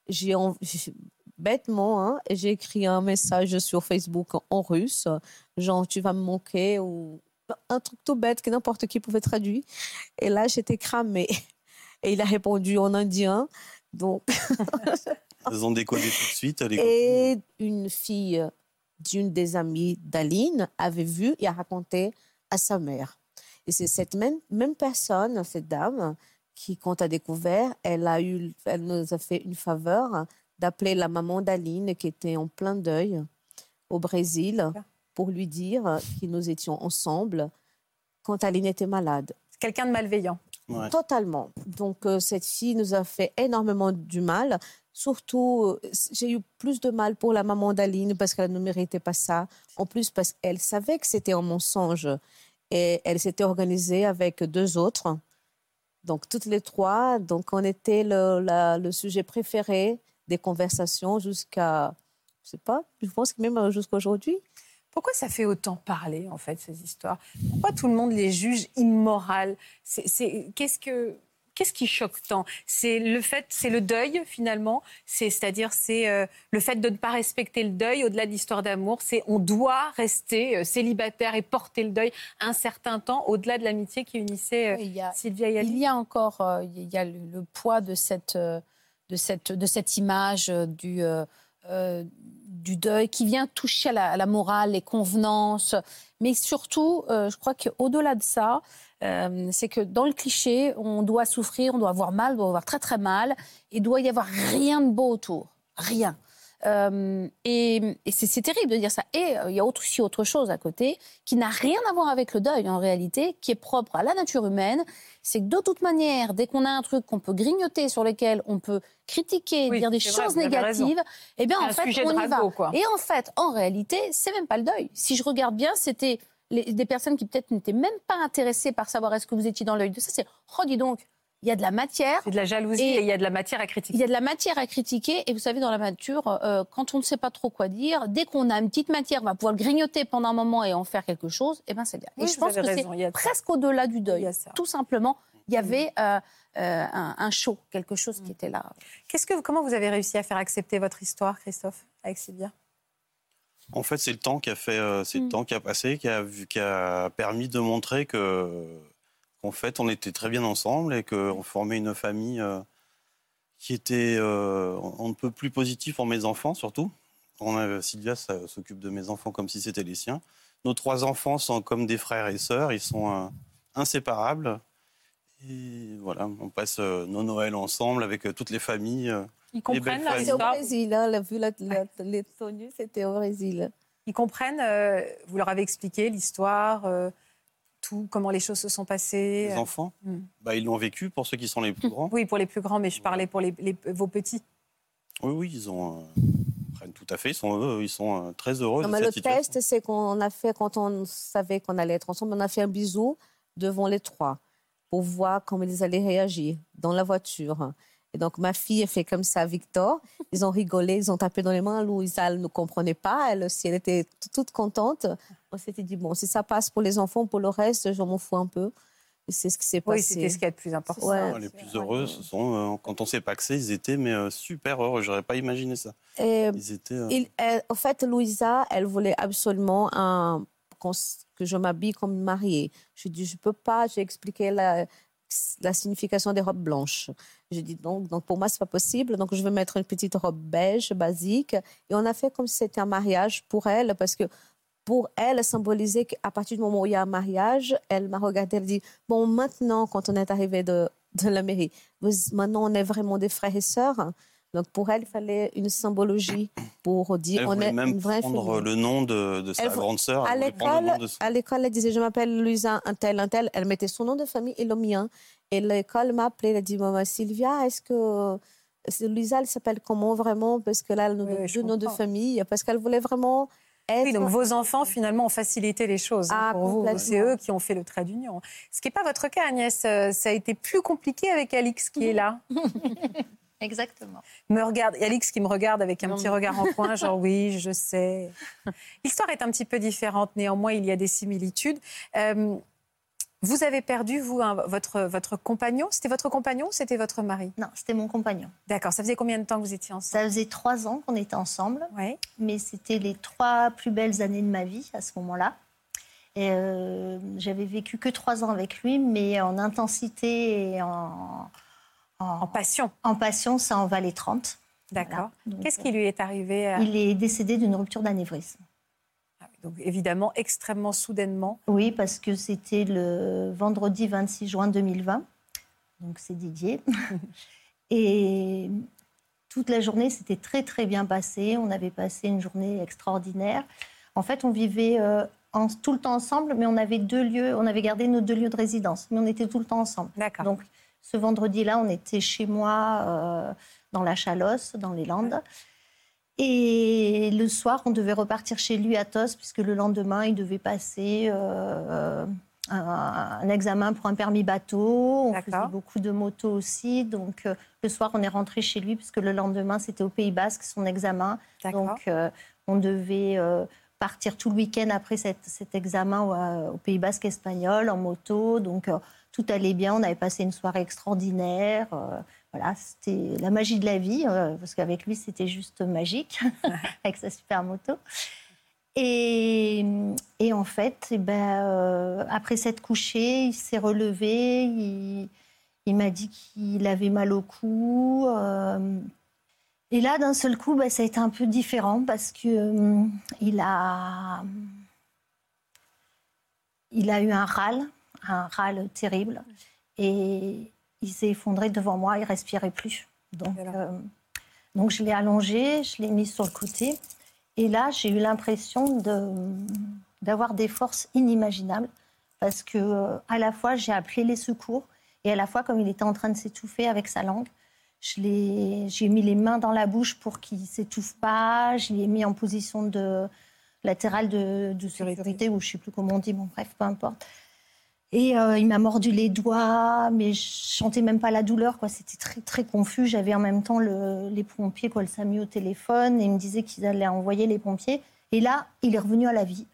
bêtement, j'ai écrit un message sur Facebook en russe, genre tu vas me manquer, ou un truc tout bête que n'importe qui pouvait traduire. Et là, j'étais cramée. Et il a répondu en indien. Donc... Ils ont décollé tout de suite. Et une fille d'une des amies d'Aline avait vu et a raconté à sa mère. Et c'est cette même personne, cette dame, qui, quand a découvert, elle nous a fait une faveur d'appeler la maman d'Aline, qui était en plein deuil au Brésil, pour lui dire que nous étions ensemble quand Aline était malade. Quelqu'un de malveillant. Ouais. Totalement. Donc, cette fille nous a fait énormément du mal. Surtout, j'ai eu plus de mal pour la maman d'Aline parce qu'elle ne méritait pas ça. En plus, parce qu'elle savait que c'était un mensonge. Et elle s'était organisée avec 2 autres. Donc, toutes les 3. Donc, on était le sujet préféré des conversations jusqu'à, je sais pas, je pense que même jusqu'à aujourd'hui. Pourquoi ça fait autant parler, en fait, ces histoires? Pourquoi tout le monde les juge immorales? Qu'est-ce qui choque tant? C'est le deuil, finalement. C'est-à-dire, le fait de ne pas respecter le deuil, au-delà de l'histoire d'amour. On doit rester célibataire et porter le deuil un certain temps, au-delà de l'amitié qui unissait Sylvia et Aline. Il y a encore le poids de cette image du deuil qui vient toucher à la morale, les convenances. Mais surtout, je crois qu'au-delà de ça, c'est que dans le cliché, on doit souffrir, on doit avoir mal, on doit avoir très très mal, et il doit y avoir rien de beau autour. Rien. Et c'est terrible de dire ça. Et il y a aussi autre chose à côté qui n'a rien à voir avec le deuil en réalité, qui est propre à la nature humaine. C'est que de toute manière, dès qu'on a un truc qu'on peut grignoter, sur lequel on peut critiquer, dire des choses négatives, eh bien en fait on y va. Et en fait, en réalité, c'est même pas le deuil. Si je regarde bien, c'était des personnes qui peut-être n'étaient même pas intéressées par savoir est-ce que vous étiez dans l'œil de ça. C'est dis donc. Il y a de la matière. C'est de la jalousie et il y a de la matière à critiquer. Il y a de la matière à critiquer. Et vous savez, dans la nature, quand on ne sait pas trop quoi dire, dès qu'on a une petite matière, on va pouvoir le grignoter pendant un moment et en faire quelque chose, eh ben c'est bien. Oui, et je pense que c'est presque au-delà du deuil. Tout simplement, il y avait un show, quelque chose qui était là. Comment vous avez réussi à faire accepter votre histoire, Christophe, avec Sylvia? En fait, c'est le temps qui a le temps qui a passé, qui a permis de montrer qu'en fait, on était très bien ensemble et qu'on formait une famille qui était on ne peut plus positive pour mes enfants, surtout. Sylvia s'occupe de mes enfants comme si c'était les siens. Nos 3 enfants sont comme des frères et sœurs, ils sont inséparables. Et voilà, on passe nos Noëls ensemble avec toutes les familles. Ils comprennent C'était au Brésil, vu les tenues, c'était au Brésil. Ils comprennent, vous leur avez expliqué l'histoire, tout, comment les choses se sont passées. Les enfants, ils l'ont vécu pour ceux qui sont les plus grands. Oui, pour les plus grands, mais je parlais pour vos petits. Oui, ils prennent tout à fait, ils sont très heureux de cette situation. Le test, c'est qu'on a fait, quand on savait qu'on allait être ensemble, on a fait un bisou devant les 3 pour voir comment ils allaient réagir dans la voiture. Et donc, ma fille a fait comme ça à Victor. Ils ont rigolé, ils ont tapé dans les mains. Louisa, elle ne comprenait pas. Elle aussi, elle était toute contente. On s'était dit, bon, si ça passe pour les enfants, pour le reste, je m'en fous un peu. Et c'est ce qui s'est passé. Oui, c'était ce qui est le plus important. Ouais. Les plus heureux, ce sont, quand on s'est paxé, ils étaient super heureux. Je n'aurais pas imaginé ça. Ils étaient... En fait, Louisa, elle voulait absolument que je m'habille comme une mariée. Je lui ai dit, je ne peux pas. J'ai expliqué la signification des robes blanches. J'ai dit donc pour moi, c'est pas possible. Donc, je vais mettre une petite robe beige, basique. Et on a fait comme si c'était un mariage pour elle, parce que pour elle, symbolisait qu'à partir du moment où il y a un mariage, elle m'a regardée, elle dit, bon, maintenant, quand on est arrivé de la mairie, maintenant, on est vraiment des frères et sœurs. Donc, pour elle, il fallait une symbologie pour dire on est une vraie famille. Elle voulait même prendre le nom de sa grande sœur. À l'école, elle disait, je m'appelle Louisa, un tel. Elle mettait son nom de famille et le mien. Et l'école m'a appelée, elle a dit, maman Sylvia, est-ce que Louisa, elle s'appelle comment vraiment? Parce que là, elle nous donne deux noms de famille. Parce qu'elle voulait vraiment... Oui, donc vos enfants, finalement, ont facilité les choses pour vous. C'est eux qui ont fait le trait d'union. Ce qui n'est pas votre cas, Agnès. Ça a été plus compliqué avec Alix qui est là. Exactement. Alix qui me regarde avec un petit regard en coin, genre oui, je sais. L'histoire est un petit peu différente. Néanmoins, il y a des similitudes. Vous avez perdu, vous, votre compagnon. C'était votre compagnon ou c'était votre mari? Non, c'était mon compagnon. D'accord. Ça faisait combien de temps que vous étiez ensemble? Ça faisait 3 ans qu'on était ensemble. Oui. Mais c'était les 3 plus belles années de ma vie à ce moment-là. Et j'avais vécu que 3 ans avec lui, mais en intensité et en passion. En passion, ça en valait 30. D'accord. Voilà. Qu'est-ce qui lui est arrivé Il est décédé d'une rupture d'anévrisme. Donc évidemment, extrêmement soudainement. Oui, parce que c'était le vendredi 26 juin 2020. Donc c'est Didier. Et toute la journée, c'était très très bien passé. On avait passé une journée extraordinaire. En fait, on vivait tout le temps ensemble, mais on avait 2 lieux. On avait gardé nos 2 lieux de résidence, mais on était tout le temps ensemble. D'accord. Donc ce vendredi-là, on était chez moi dans la Chalosse, dans les Landes. Et le soir, on devait repartir chez lui à Tos, puisque le lendemain, il devait passer un examen pour un permis bateau. On faisait beaucoup de motos aussi. Donc, le soir, on est rentré chez lui, puisque le lendemain, c'était au Pays Basque, son examen. Donc, on devait partir tout le week-end après cet examen au Pays Basque espagnol, en moto. Donc, tout allait bien. On avait passé une soirée extraordinaire. Voilà, c'était la magie de la vie, parce qu'avec lui, c'était juste magique, avec sa super moto. Et en fait, après s'être couché, il s'est relevé, il m'a dit qu'il avait mal au cou. Et là, d'un seul coup, ça a été un peu différent, parce qu'il a eu un râle terrible. Et il s'est effondré devant moi, il ne respirait plus. Donc je l'ai allongé, je l'ai mis sur le côté. Et là, j'ai eu l'impression d'avoir des forces inimaginables. Parce que à la fois, j'ai appelé les secours. Et à la fois, comme il était en train de s'étouffer avec sa langue, j'ai mis les mains dans la bouche pour qu'il ne s'étouffe pas. Je l'ai mis en position latérale de sécurité, ou je ne sais plus comment on dit. Bon, bref, peu importe. Et il m'a mordu les doigts, mais je sentais même pas la douleur, quoi. C'était très, très confus. J'avais en même temps les pompiers, le SAMU au téléphone, et ils me disaient qu'ils allaient envoyer les pompiers. Et là, il est revenu à la vie.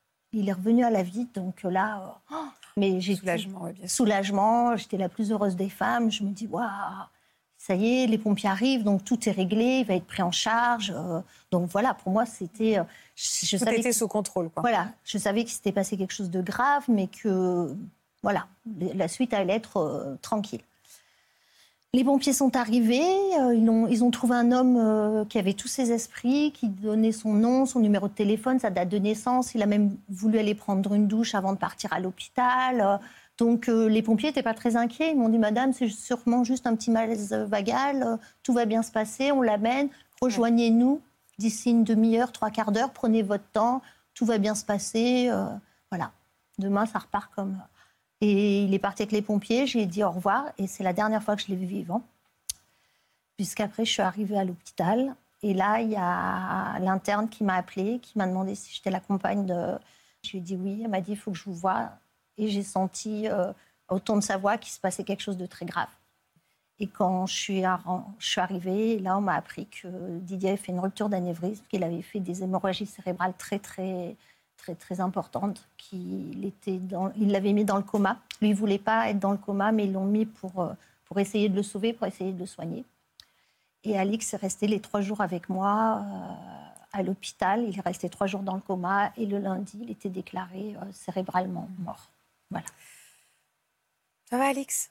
Donc là, mais j'ai soulagement, oui, bien sûr. Soulagement. J'étais la plus heureuse des femmes. Je me dis, waouh, ça y est, les pompiers arrivent, donc tout est réglé, il va être pris en charge. Donc voilà, pour moi, c'était... Tout était sous contrôle, quoi. Voilà, je savais qu'il s'était passé quelque chose de grave, mais que, voilà, la suite allait être tranquille. Les pompiers sont arrivés, ils ont trouvé un homme qui avait tous ses esprits, qui donnait son nom, son numéro de téléphone, sa date de naissance. Il a même voulu aller prendre une douche avant de partir à l'hôpital. Donc les pompiers n'étaient pas très inquiets. Ils m'ont dit, madame, c'est sûrement juste un petit malaise vagal, tout va bien se passer, on l'amène, rejoignez-nous d'ici une demi-heure, 3/4 d'heure, prenez votre temps, tout va bien se passer. Voilà, demain ça repart comme... Et il est parti avec les pompiers, je lui ai dit au revoir, et c'est la dernière fois que je l'ai vu vivant. Puisqu'après, je suis arrivée à l'hôpital, et là, il y a l'interne qui m'a appelée, qui m'a demandé si j'étais la compagne de... Je lui ai dit oui, elle m'a dit, il faut que je vous voie. Et j'ai senti au ton de sa voix qu'il se passait quelque chose de très grave. Et quand je suis arrivée, là, on m'a appris que Didier avait fait une rupture d'anévrisme, qu'il avait fait des hémorragies cérébrales très, très, très, très importantes, il l'avait mis dans le coma. Lui, il ne voulait pas être dans le coma, mais ils l'ont mis pour essayer de le sauver, pour essayer de le soigner. Et Alix est resté les 3 jours avec moi à l'hôpital. Il est resté 3 jours dans le coma, et le lundi, il était déclaré cérébralement mort. Voilà. Ça va, Alix?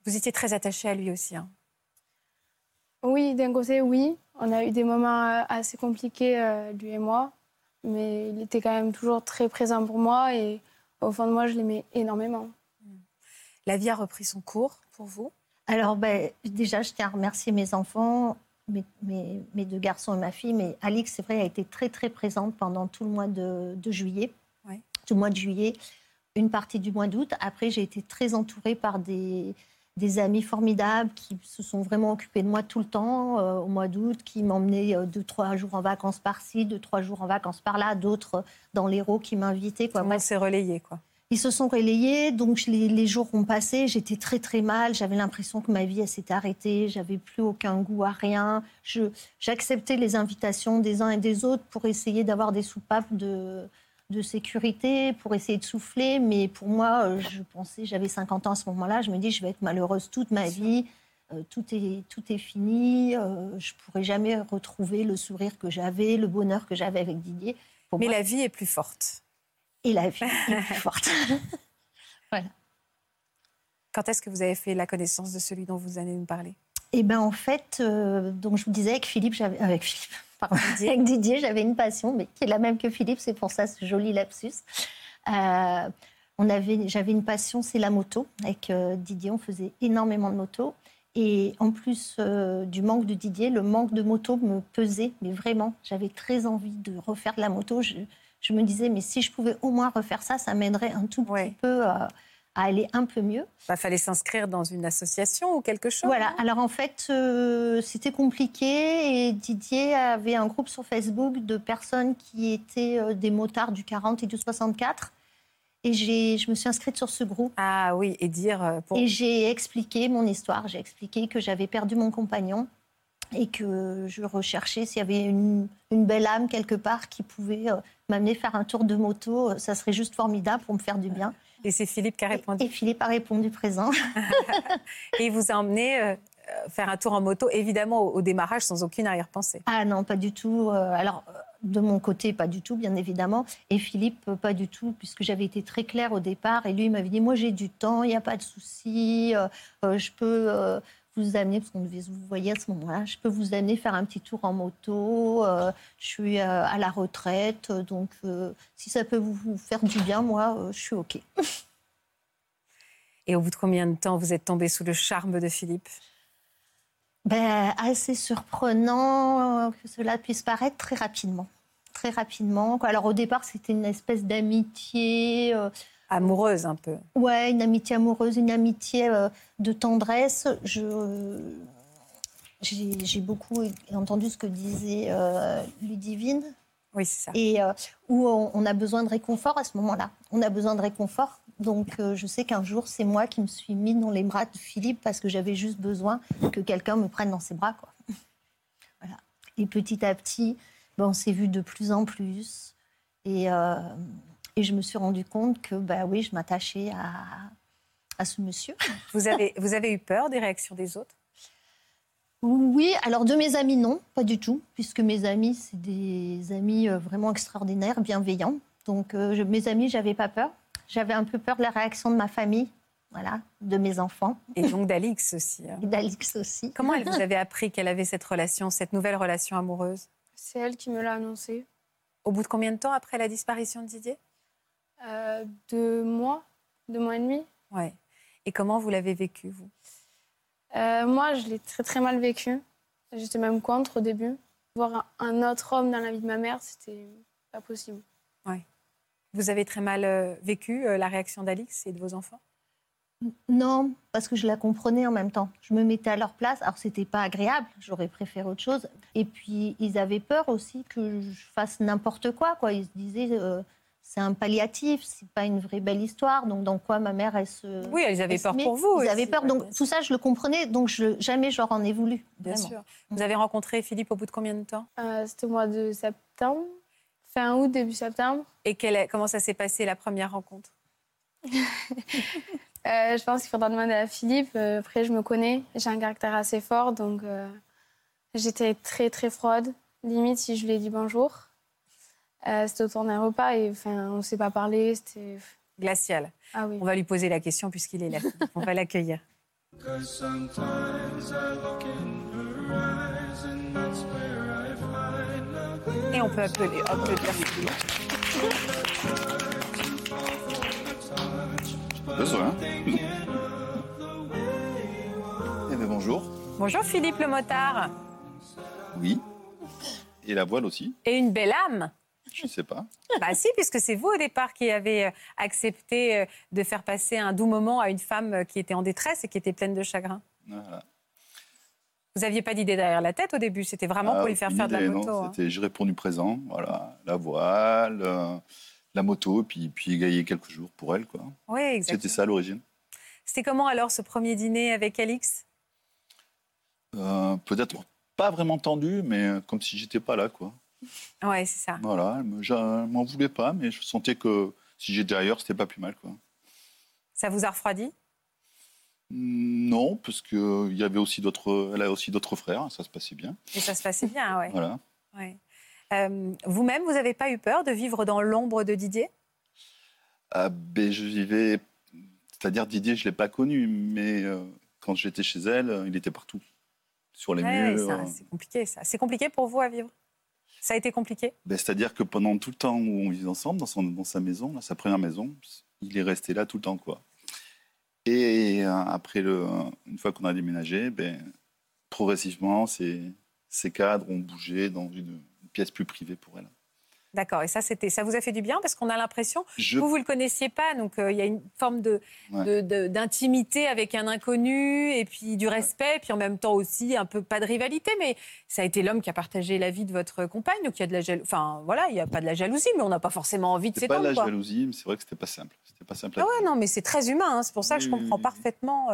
Vous étiez très attachée à lui aussi. Hein. Oui, d'un côté, oui. On a eu des moments assez compliqués, lui et moi. Mais il était quand même toujours très présent pour moi. Et au fond de moi, je l'aimais énormément. La vie a repris son cours pour vous? Alors, déjà, je tiens à remercier mes enfants, mes 2 garçons et ma fille. Mais Alix, c'est vrai, a été très, très présente pendant tout le mois de juillet. Oui. Tout le mois de juillet, une partie du mois d'août. Après, j'ai été très entourée par des amis formidables qui se sont vraiment occupés de moi tout le temps au mois d'août, qui m'emmenaient 2-3 jours en vacances par-ci, 2-3 jours en vacances par-là, d'autres dans l'Hérault qui m'invitaient. Tout le monde s'est relayé, quoi. Ils se sont relayés, donc les jours ont passé, j'étais très très mal, j'avais l'impression que ma vie elle s'était arrêtée, j'avais plus aucun goût à rien. J'acceptais les invitations des uns et des autres pour essayer d'avoir des soupapes de sécurité, pour essayer de souffler, mais pour moi, j'avais 50 ans à ce moment-là, je me dis je vais être malheureuse toute ma vie, tout est fini, je pourrai jamais retrouver le sourire que j'avais, le bonheur que j'avais avec Didier. Mais la vie est plus forte. Et la vie est plus forte. Voilà. Quand est-ce que vous avez fait la connaissance de celui dont vous allez nous parler? Eh bien, en fait, donc je vous disais, avec Didier, j'avais une passion, mais qui est la même que Philippe, c'est pour ça ce joli lapsus. J'avais une passion, c'est la moto. Avec Didier, on faisait énormément de moto. Et en plus du manque de Didier, le manque de moto me pesait, mais vraiment, j'avais très envie de refaire de la moto. Je me disais, mais si je pouvais au moins refaire ça, ça m'aiderait un tout petit peu à aller un peu mieux. Il fallait s'inscrire dans une association ou quelque chose. Voilà, alors en fait, c'était compliqué et Didier avait un groupe sur Facebook de personnes qui étaient des motards du 40 et du 64. Et je me suis inscrite sur ce groupe. Ah oui, et Et j'ai expliqué mon histoire, j'ai expliqué que j'avais perdu mon compagnon et que je recherchais s'il y avait une belle âme quelque part qui pouvait m'amener faire un tour de moto. Ça serait juste formidable pour me faire du bien. Et c'est Philippe qui a répondu. Et Philippe a répondu présent. Et il vous a emmené faire un tour en moto, évidemment au démarrage, sans aucune arrière-pensée. Ah non, pas du tout. Alors, de mon côté, pas du tout, bien évidemment. Et Philippe, pas du tout, puisque j'avais été très claire au départ. Et lui, il m'avait dit, moi, j'ai du temps, il n'y a pas de souci. Je peux vous amener, parce qu'on devait vous voyez à ce moment-là, je peux vous amener faire un petit tour en moto. Je suis à la retraite, donc si ça peut vous faire du bien, moi, je suis OK. Et au bout de combien de temps vous êtes tombée sous le charme de Philippe? Assez surprenant que cela puisse paraître, très rapidement. Très rapidement. Alors au départ, c'était une espèce d'amitié... amoureuse un peu. Ouais, une amitié amoureuse, une amitié de tendresse. J'ai beaucoup entendu ce que disait Ludivine. Oui, c'est ça. Et où on a besoin de réconfort à ce moment-là. On a besoin de réconfort. Donc je sais qu'un jour, c'est moi qui me suis mise dans les bras de Philippe parce que j'avais juste besoin que quelqu'un me prenne dans ses bras, quoi. Voilà. Et petit à petit, on s'est vus de plus en plus. Et je me suis rendu compte que, oui, je m'attachais à ce monsieur. Vous avez eu peur des réactions des autres? Oui, alors de mes amis, non, pas du tout, puisque mes amis, c'est des amis vraiment extraordinaires, bienveillants. Donc mes amis, j'avais pas peur. J'avais un peu peur de la réaction de ma famille, voilà, de mes enfants. Et donc d'Alix aussi. Et d'Alix aussi. Comment elle vous avait appris qu'elle avait cette relation, cette nouvelle relation amoureuse? C'est elle qui me l'a annoncé. Au bout de combien de temps après la disparition de Didier? 2 mois, 2 mois et demi. Ouais. Et comment vous l'avez vécu, vous? Moi, je l'ai très très mal vécu. J'étais même contre au début. Voir un autre homme dans la vie de ma mère, c'était pas possible. Ouais. Vous avez très mal vécu la réaction d'Alix et de vos enfants? Non, parce que je la comprenais en même temps. Je me mettais à leur place. Alors, c'était pas agréable. J'aurais préféré autre chose. Et puis, ils avaient peur aussi que je fasse n'importe quoi, quoi. Ils se disaient... c'est un palliatif, c'est pas une vraie belle histoire. Donc, dans quoi ma mère, elle se... Oui, ils avaient peur pour vous. Ils avaient peur. Donc, tout ça, je le comprenais. Donc, jamais je leur en ai voulu. Bien sûr. Vous avez rencontré Philippe au bout de combien de temps? C'était au mois de septembre. Fin août, début septembre. Et comment ça s'est passé, la première rencontre? Je pense qu'il faudra demander à Philippe. Après, je me connais. J'ai un caractère assez fort. Donc, j'étais très, très froide. Limite, si je lui ai dit bonjour. C'était autour d'un repas et on ne s'est pas parlé. C'était glacial. Ah oui. On va lui poser la question puisqu'il est là. On va l'accueillir. Et on peut applaudir Philippe. Besoin. Eh bien, bonjour. Bonjour Philippe le motard. Oui. Et la voile aussi. Et une belle âme. Je ne sais pas. Bah si, puisque c'est vous au départ qui avez accepté de faire passer un doux moment à une femme qui était en détresse et qui était pleine de chagrin. Voilà. Vous n'aviez pas d'idée derrière la tête au début, c'était vraiment pour lui faire faire de la moto. Non, j'ai répondu présent. Voilà, la voile, la moto, puis égayer quelques jours pour elle, quoi. Oui, exactement. C'était ça à l'origine. C'était comment alors ce premier dîner avec Alix ? Peut-être pas vraiment tendu, mais comme si j'étais pas là, quoi. Ouais, c'est ça. Voilà, elle m'en voulait pas, mais je sentais que si j'étais ailleurs, c'était pas plus mal, quoi. Ça vous a refroidi ? Non, parce que elle a aussi d'autres frères, ça se passait bien. Et ça se passait bien, ouais. Voilà. Ouais. Vous-même, vous n'avez pas eu peur de vivre dans l'ombre de Didier ? Je vivais, c'est-à-dire Didier, je l'ai pas connu, mais quand j'étais chez elle, il était partout, sur les murs. C'est compliqué, ça. C'est compliqué pour vous à vivre ? Ça a été compliqué ? C'est-à-dire que pendant tout le temps où on vivait ensemble, dans sa maison, sa première maison, il est resté là tout le temps, quoi. Et après, une fois qu'on a déménagé, progressivement, ces cadres ont bougé dans une pièce plus privée pour elle. D'accord, et ça vous a fait du bien parce qu'on a l'impression, vous le connaissiez pas, donc il y a une forme d'intimité avec un inconnu, et puis du respect, puis en même temps aussi un peu, pas de rivalité, mais ça a été l'homme qui a partagé la vie de votre compagne, donc il y a de la jalousie, enfin voilà, il n'y a pas de la jalousie, mais on n'a pas forcément envie de s'étendre. C'était pas de la jalousie, mais c'est vrai que c'était pas simple. Ah ouais, non, mais c'est très humain, hein, c'est pour ça que je comprends parfaitement.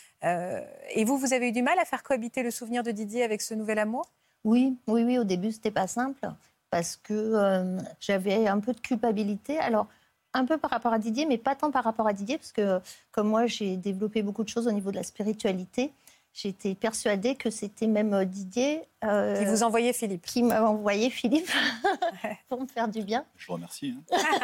Et vous avez eu du mal à faire cohabiter le souvenir de Didier avec ce nouvel amour ? Oui, au début, c'était pas simple. Parce que j'avais un peu de culpabilité. Alors, un peu par rapport à Didier, mais pas tant par rapport à Didier, parce que comme moi, j'ai développé beaucoup de choses au niveau de la spiritualité. J'étais persuadée que c'était même Didier... qui vous envoyait Philippe. Qui m'a envoyé Philippe pour me faire du bien. Je vous remercie.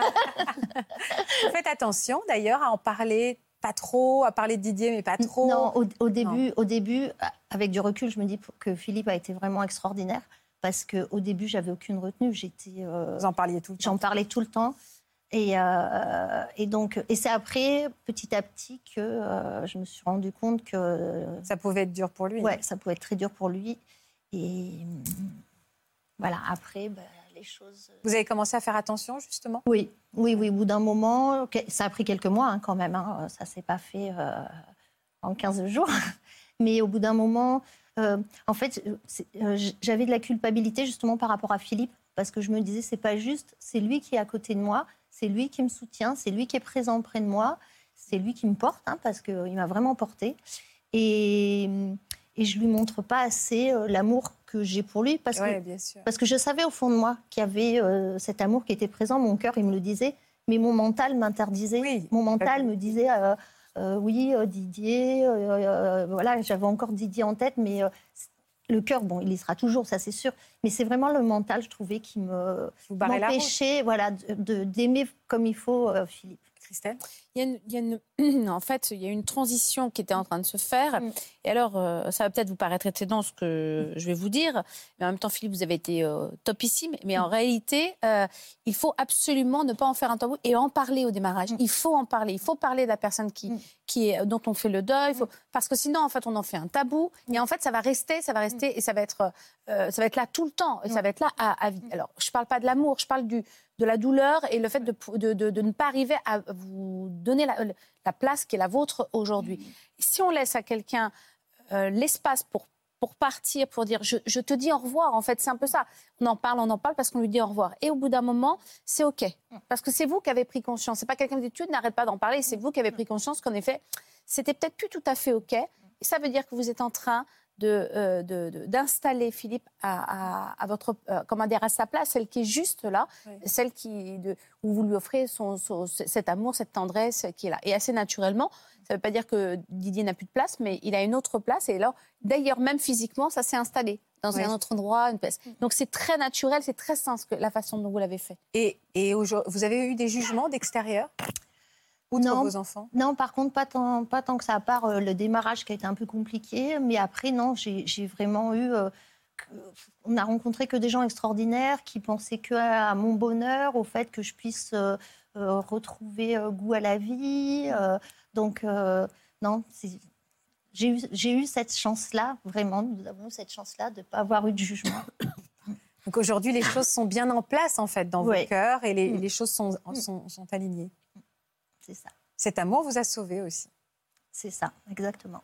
Faites attention, d'ailleurs, à en parler pas trop, à parler de Didier, mais pas trop. Non, au début, avec du recul, je me dis que Philippe a été vraiment extraordinaire. Parce qu'au début, j'avais aucune retenue. Vous en parliez tout le temps. J'en parlais tout le temps. Et c'est après, petit à petit, que je me suis rendu compte que... Ça pouvait être dur pour lui. Oui, ça pouvait être très dur pour lui. Et voilà, après, les choses... Vous avez commencé à faire attention, justement ? Oui. Au bout d'un moment, ça a pris quelques mois quand même. Hein, ça ne s'est pas fait en 15 jours. Mais au bout d'un moment... en fait, j'avais de la culpabilité justement par rapport à Philippe, parce que je me disais, c'est pas juste, c'est lui qui est à côté de moi, c'est lui qui me soutient, c'est lui qui est présent près de moi, c'est lui qui me porte, hein, parce qu'il m'a vraiment portée. Et je lui montre pas assez l'amour que j'ai pour lui, parce que je savais au fond de moi qu'il y avait cet amour qui était présent, mon cœur, il me le disait, mais mon mental m'interdisait. Oui. Mon mental me disait... Didier, voilà, j'avais encore Didier en tête, mais le cœur, bon, il y sera toujours, ça c'est sûr. Mais c'est vraiment le mental, je trouvais, qui m'empêchait d'aimer comme il faut Philippe. Christelle ? En fait, il y a une transition qui était en train de se faire. Et alors, ça va peut-être vous paraître étonnant ce que je vais vous dire, mais en même temps, Philippe, vous avez été topissime. Mais en réalité, il faut absolument ne pas en faire un tabou et en parler au démarrage. Il faut en parler. Il faut parler de la personne dont on fait le deuil. Parce que sinon, en fait, on en fait un tabou. Et en fait, ça va rester et ça va être là tout le temps. Et ça va être là à vie. Alors, je ne parle pas de l'amour, je parle de la douleur et le fait de ne pas arriver à vous donner la place qui est la vôtre aujourd'hui. Si on laisse à quelqu'un l'espace pour partir, pour dire je te dis au revoir, en fait, c'est un peu ça. On en parle parce qu'on lui dit au revoir. Et au bout d'un moment, c'est OK. Parce que c'est vous qui avez pris conscience. C'est pas quelqu'un qui dit tu n'arrêtes pas d'en parler, c'est vous qui avez pris conscience qu'en effet, c'était peut-être plus tout à fait OK. Et ça veut dire que vous êtes en train d'installer Philippe à votre, à sa place, celle qui est juste là, celle où vous lui offrez cet amour, cette tendresse qui est là. Et assez naturellement, ça ne veut pas dire que Didier n'a plus de place, mais il a une autre place. Et là, d'ailleurs, même physiquement, ça s'est installé dans un autre endroit, une place. Donc c'est très naturel, c'est très sain la façon dont vous l'avez fait. Et vous avez eu des jugements d'extérieur ? outre vos enfants? Non, par contre, pas tant que ça, à part le démarrage qui a été un peu compliqué. Mais après, non, j'ai vraiment eu... on n'a rencontré que des gens extraordinaires qui pensaient qu'à mon bonheur, au fait que je puisse retrouver goût à la vie. Donc, non, j'ai eu cette chance-là, vraiment, nous avons eu cette chance-là de ne pas avoir eu de jugement. Donc aujourd'hui, les choses sont bien en place, en fait, dans vos cœurs et les choses sont alignées. C'est ça. Cet amour vous a sauvé aussi. C'est ça, exactement.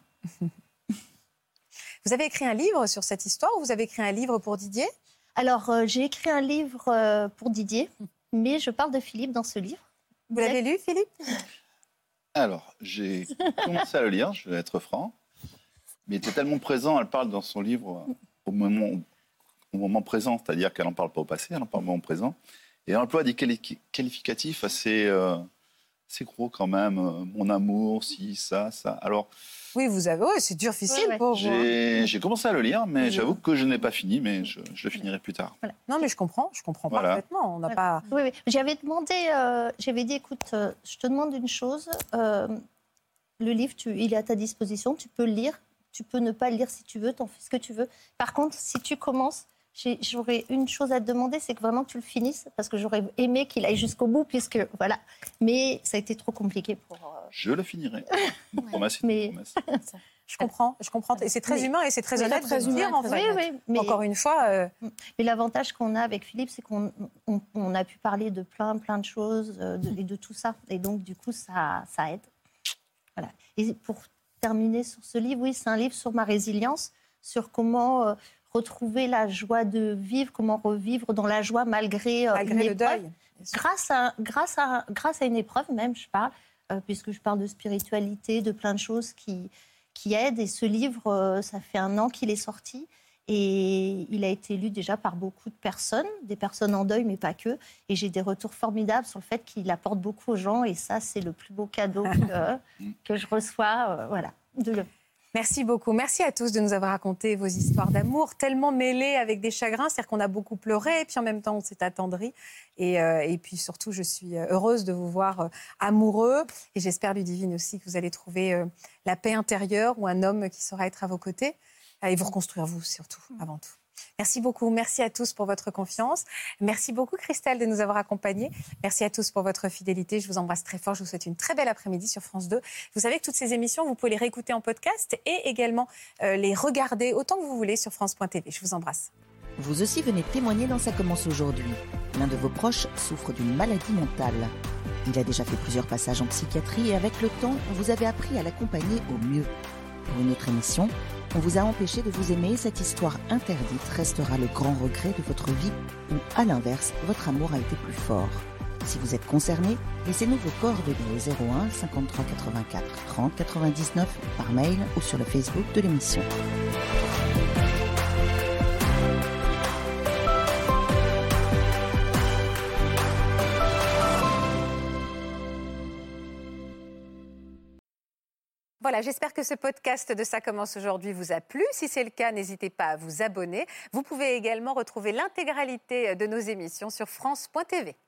Vous avez écrit un livre sur cette histoire ou vous avez écrit un livre pour Didier? Alors, j'ai écrit un livre pour Didier, mais je parle de Philippe dans ce livre. Vous l'avez lu, Philippe? Alors, j'ai commencé à le lire, je vais être franc. Mais il était tellement présent, elle parle dans son livre au moment présent, c'est-à-dire qu'elle n'en parle pas au passé, elle en parle au moment présent. Et elle emploie des qualificatifs assez gros quand même. Mon amour, si, ça. Alors, oui, c'est difficile pour vous. J'ai commencé à le lire, mais j'avoue que je n'ai pas fini, mais je le finirai plus tard. Voilà. Non, mais je comprends parfaitement. On n'a pas... Oui. J'avais demandé, j'avais dit, écoute, je te demande une chose. Le livre, il est à ta disposition, tu peux le lire, tu peux ne pas le lire si tu veux, t'en fais ce que tu veux. Par contre, si tu commences, j'aurais une chose à te demander, c'est que vraiment tu le finisses, parce que j'aurais aimé qu'il aille jusqu'au bout, puisque voilà. Mais ça a été trop compliqué pour. Je le finirai. Promesse, mais... Je comprends. Et c'est très humain et c'est très honnête de dire, en fait. Oui, mais... Encore une fois. Mais l'avantage qu'on a avec Philippe, c'est qu'on a pu parler de plein de choses et de tout ça. Et donc, du coup, ça aide. Voilà. Et pour terminer sur ce livre, oui, c'est un livre sur ma résilience, sur comment retrouver la joie de vivre, comment revivre dans la joie malgré le deuil. Grâce à une épreuve même, je parle, puisque je parle de spiritualité, de plein de choses qui aident. Et ce livre, ça fait 1 an qu'il est sorti. Et il a été lu déjà par beaucoup de personnes, des personnes en deuil, mais pas que. Et j'ai des retours formidables sur le fait qu'il apporte beaucoup aux gens. Et ça, c'est le plus beau cadeau que je reçois. Voilà. Merci beaucoup. Merci à tous de nous avoir raconté vos histoires d'amour, tellement mêlées avec des chagrins. C'est-à-dire qu'on a beaucoup pleuré, et puis en même temps, on s'est attendri. Et puis surtout, je suis heureuse de vous voir amoureux. Et j'espère, Ludivine aussi, que vous allez trouver la paix intérieure ou un homme qui saura être à vos côtés. Et vous reconstruire, vous, surtout, avant tout. Merci beaucoup. Merci à tous pour votre confiance. Merci beaucoup, Christelle, de nous avoir accompagnés. Merci à tous pour votre fidélité. Je vous embrasse très fort. Je vous souhaite une très belle après-midi sur France 2. Vous savez que toutes ces émissions, vous pouvez les réécouter en podcast et également les regarder autant que vous voulez sur France.tv. Je vous embrasse. Vous aussi venez témoigner dans Ça commence aujourd'hui. L'un de vos proches souffre d'une maladie mentale. Il a déjà fait plusieurs passages en psychiatrie et avec le temps, vous avez appris à l'accompagner au mieux. Pour une autre émission, on vous a empêché de vous aimer. Cette histoire interdite restera le grand regret de votre vie ou, à l'inverse, votre amour a été plus fort. Si vous êtes concerné, laissez-nous vos coordonnées au 01 53 84 30 99 par mail ou sur le Facebook de l'émission. Voilà, j'espère que ce podcast de Ça commence aujourd'hui vous a plu. Si c'est le cas, n'hésitez pas à vous abonner. Vous pouvez également retrouver l'intégralité de nos émissions sur France.tv.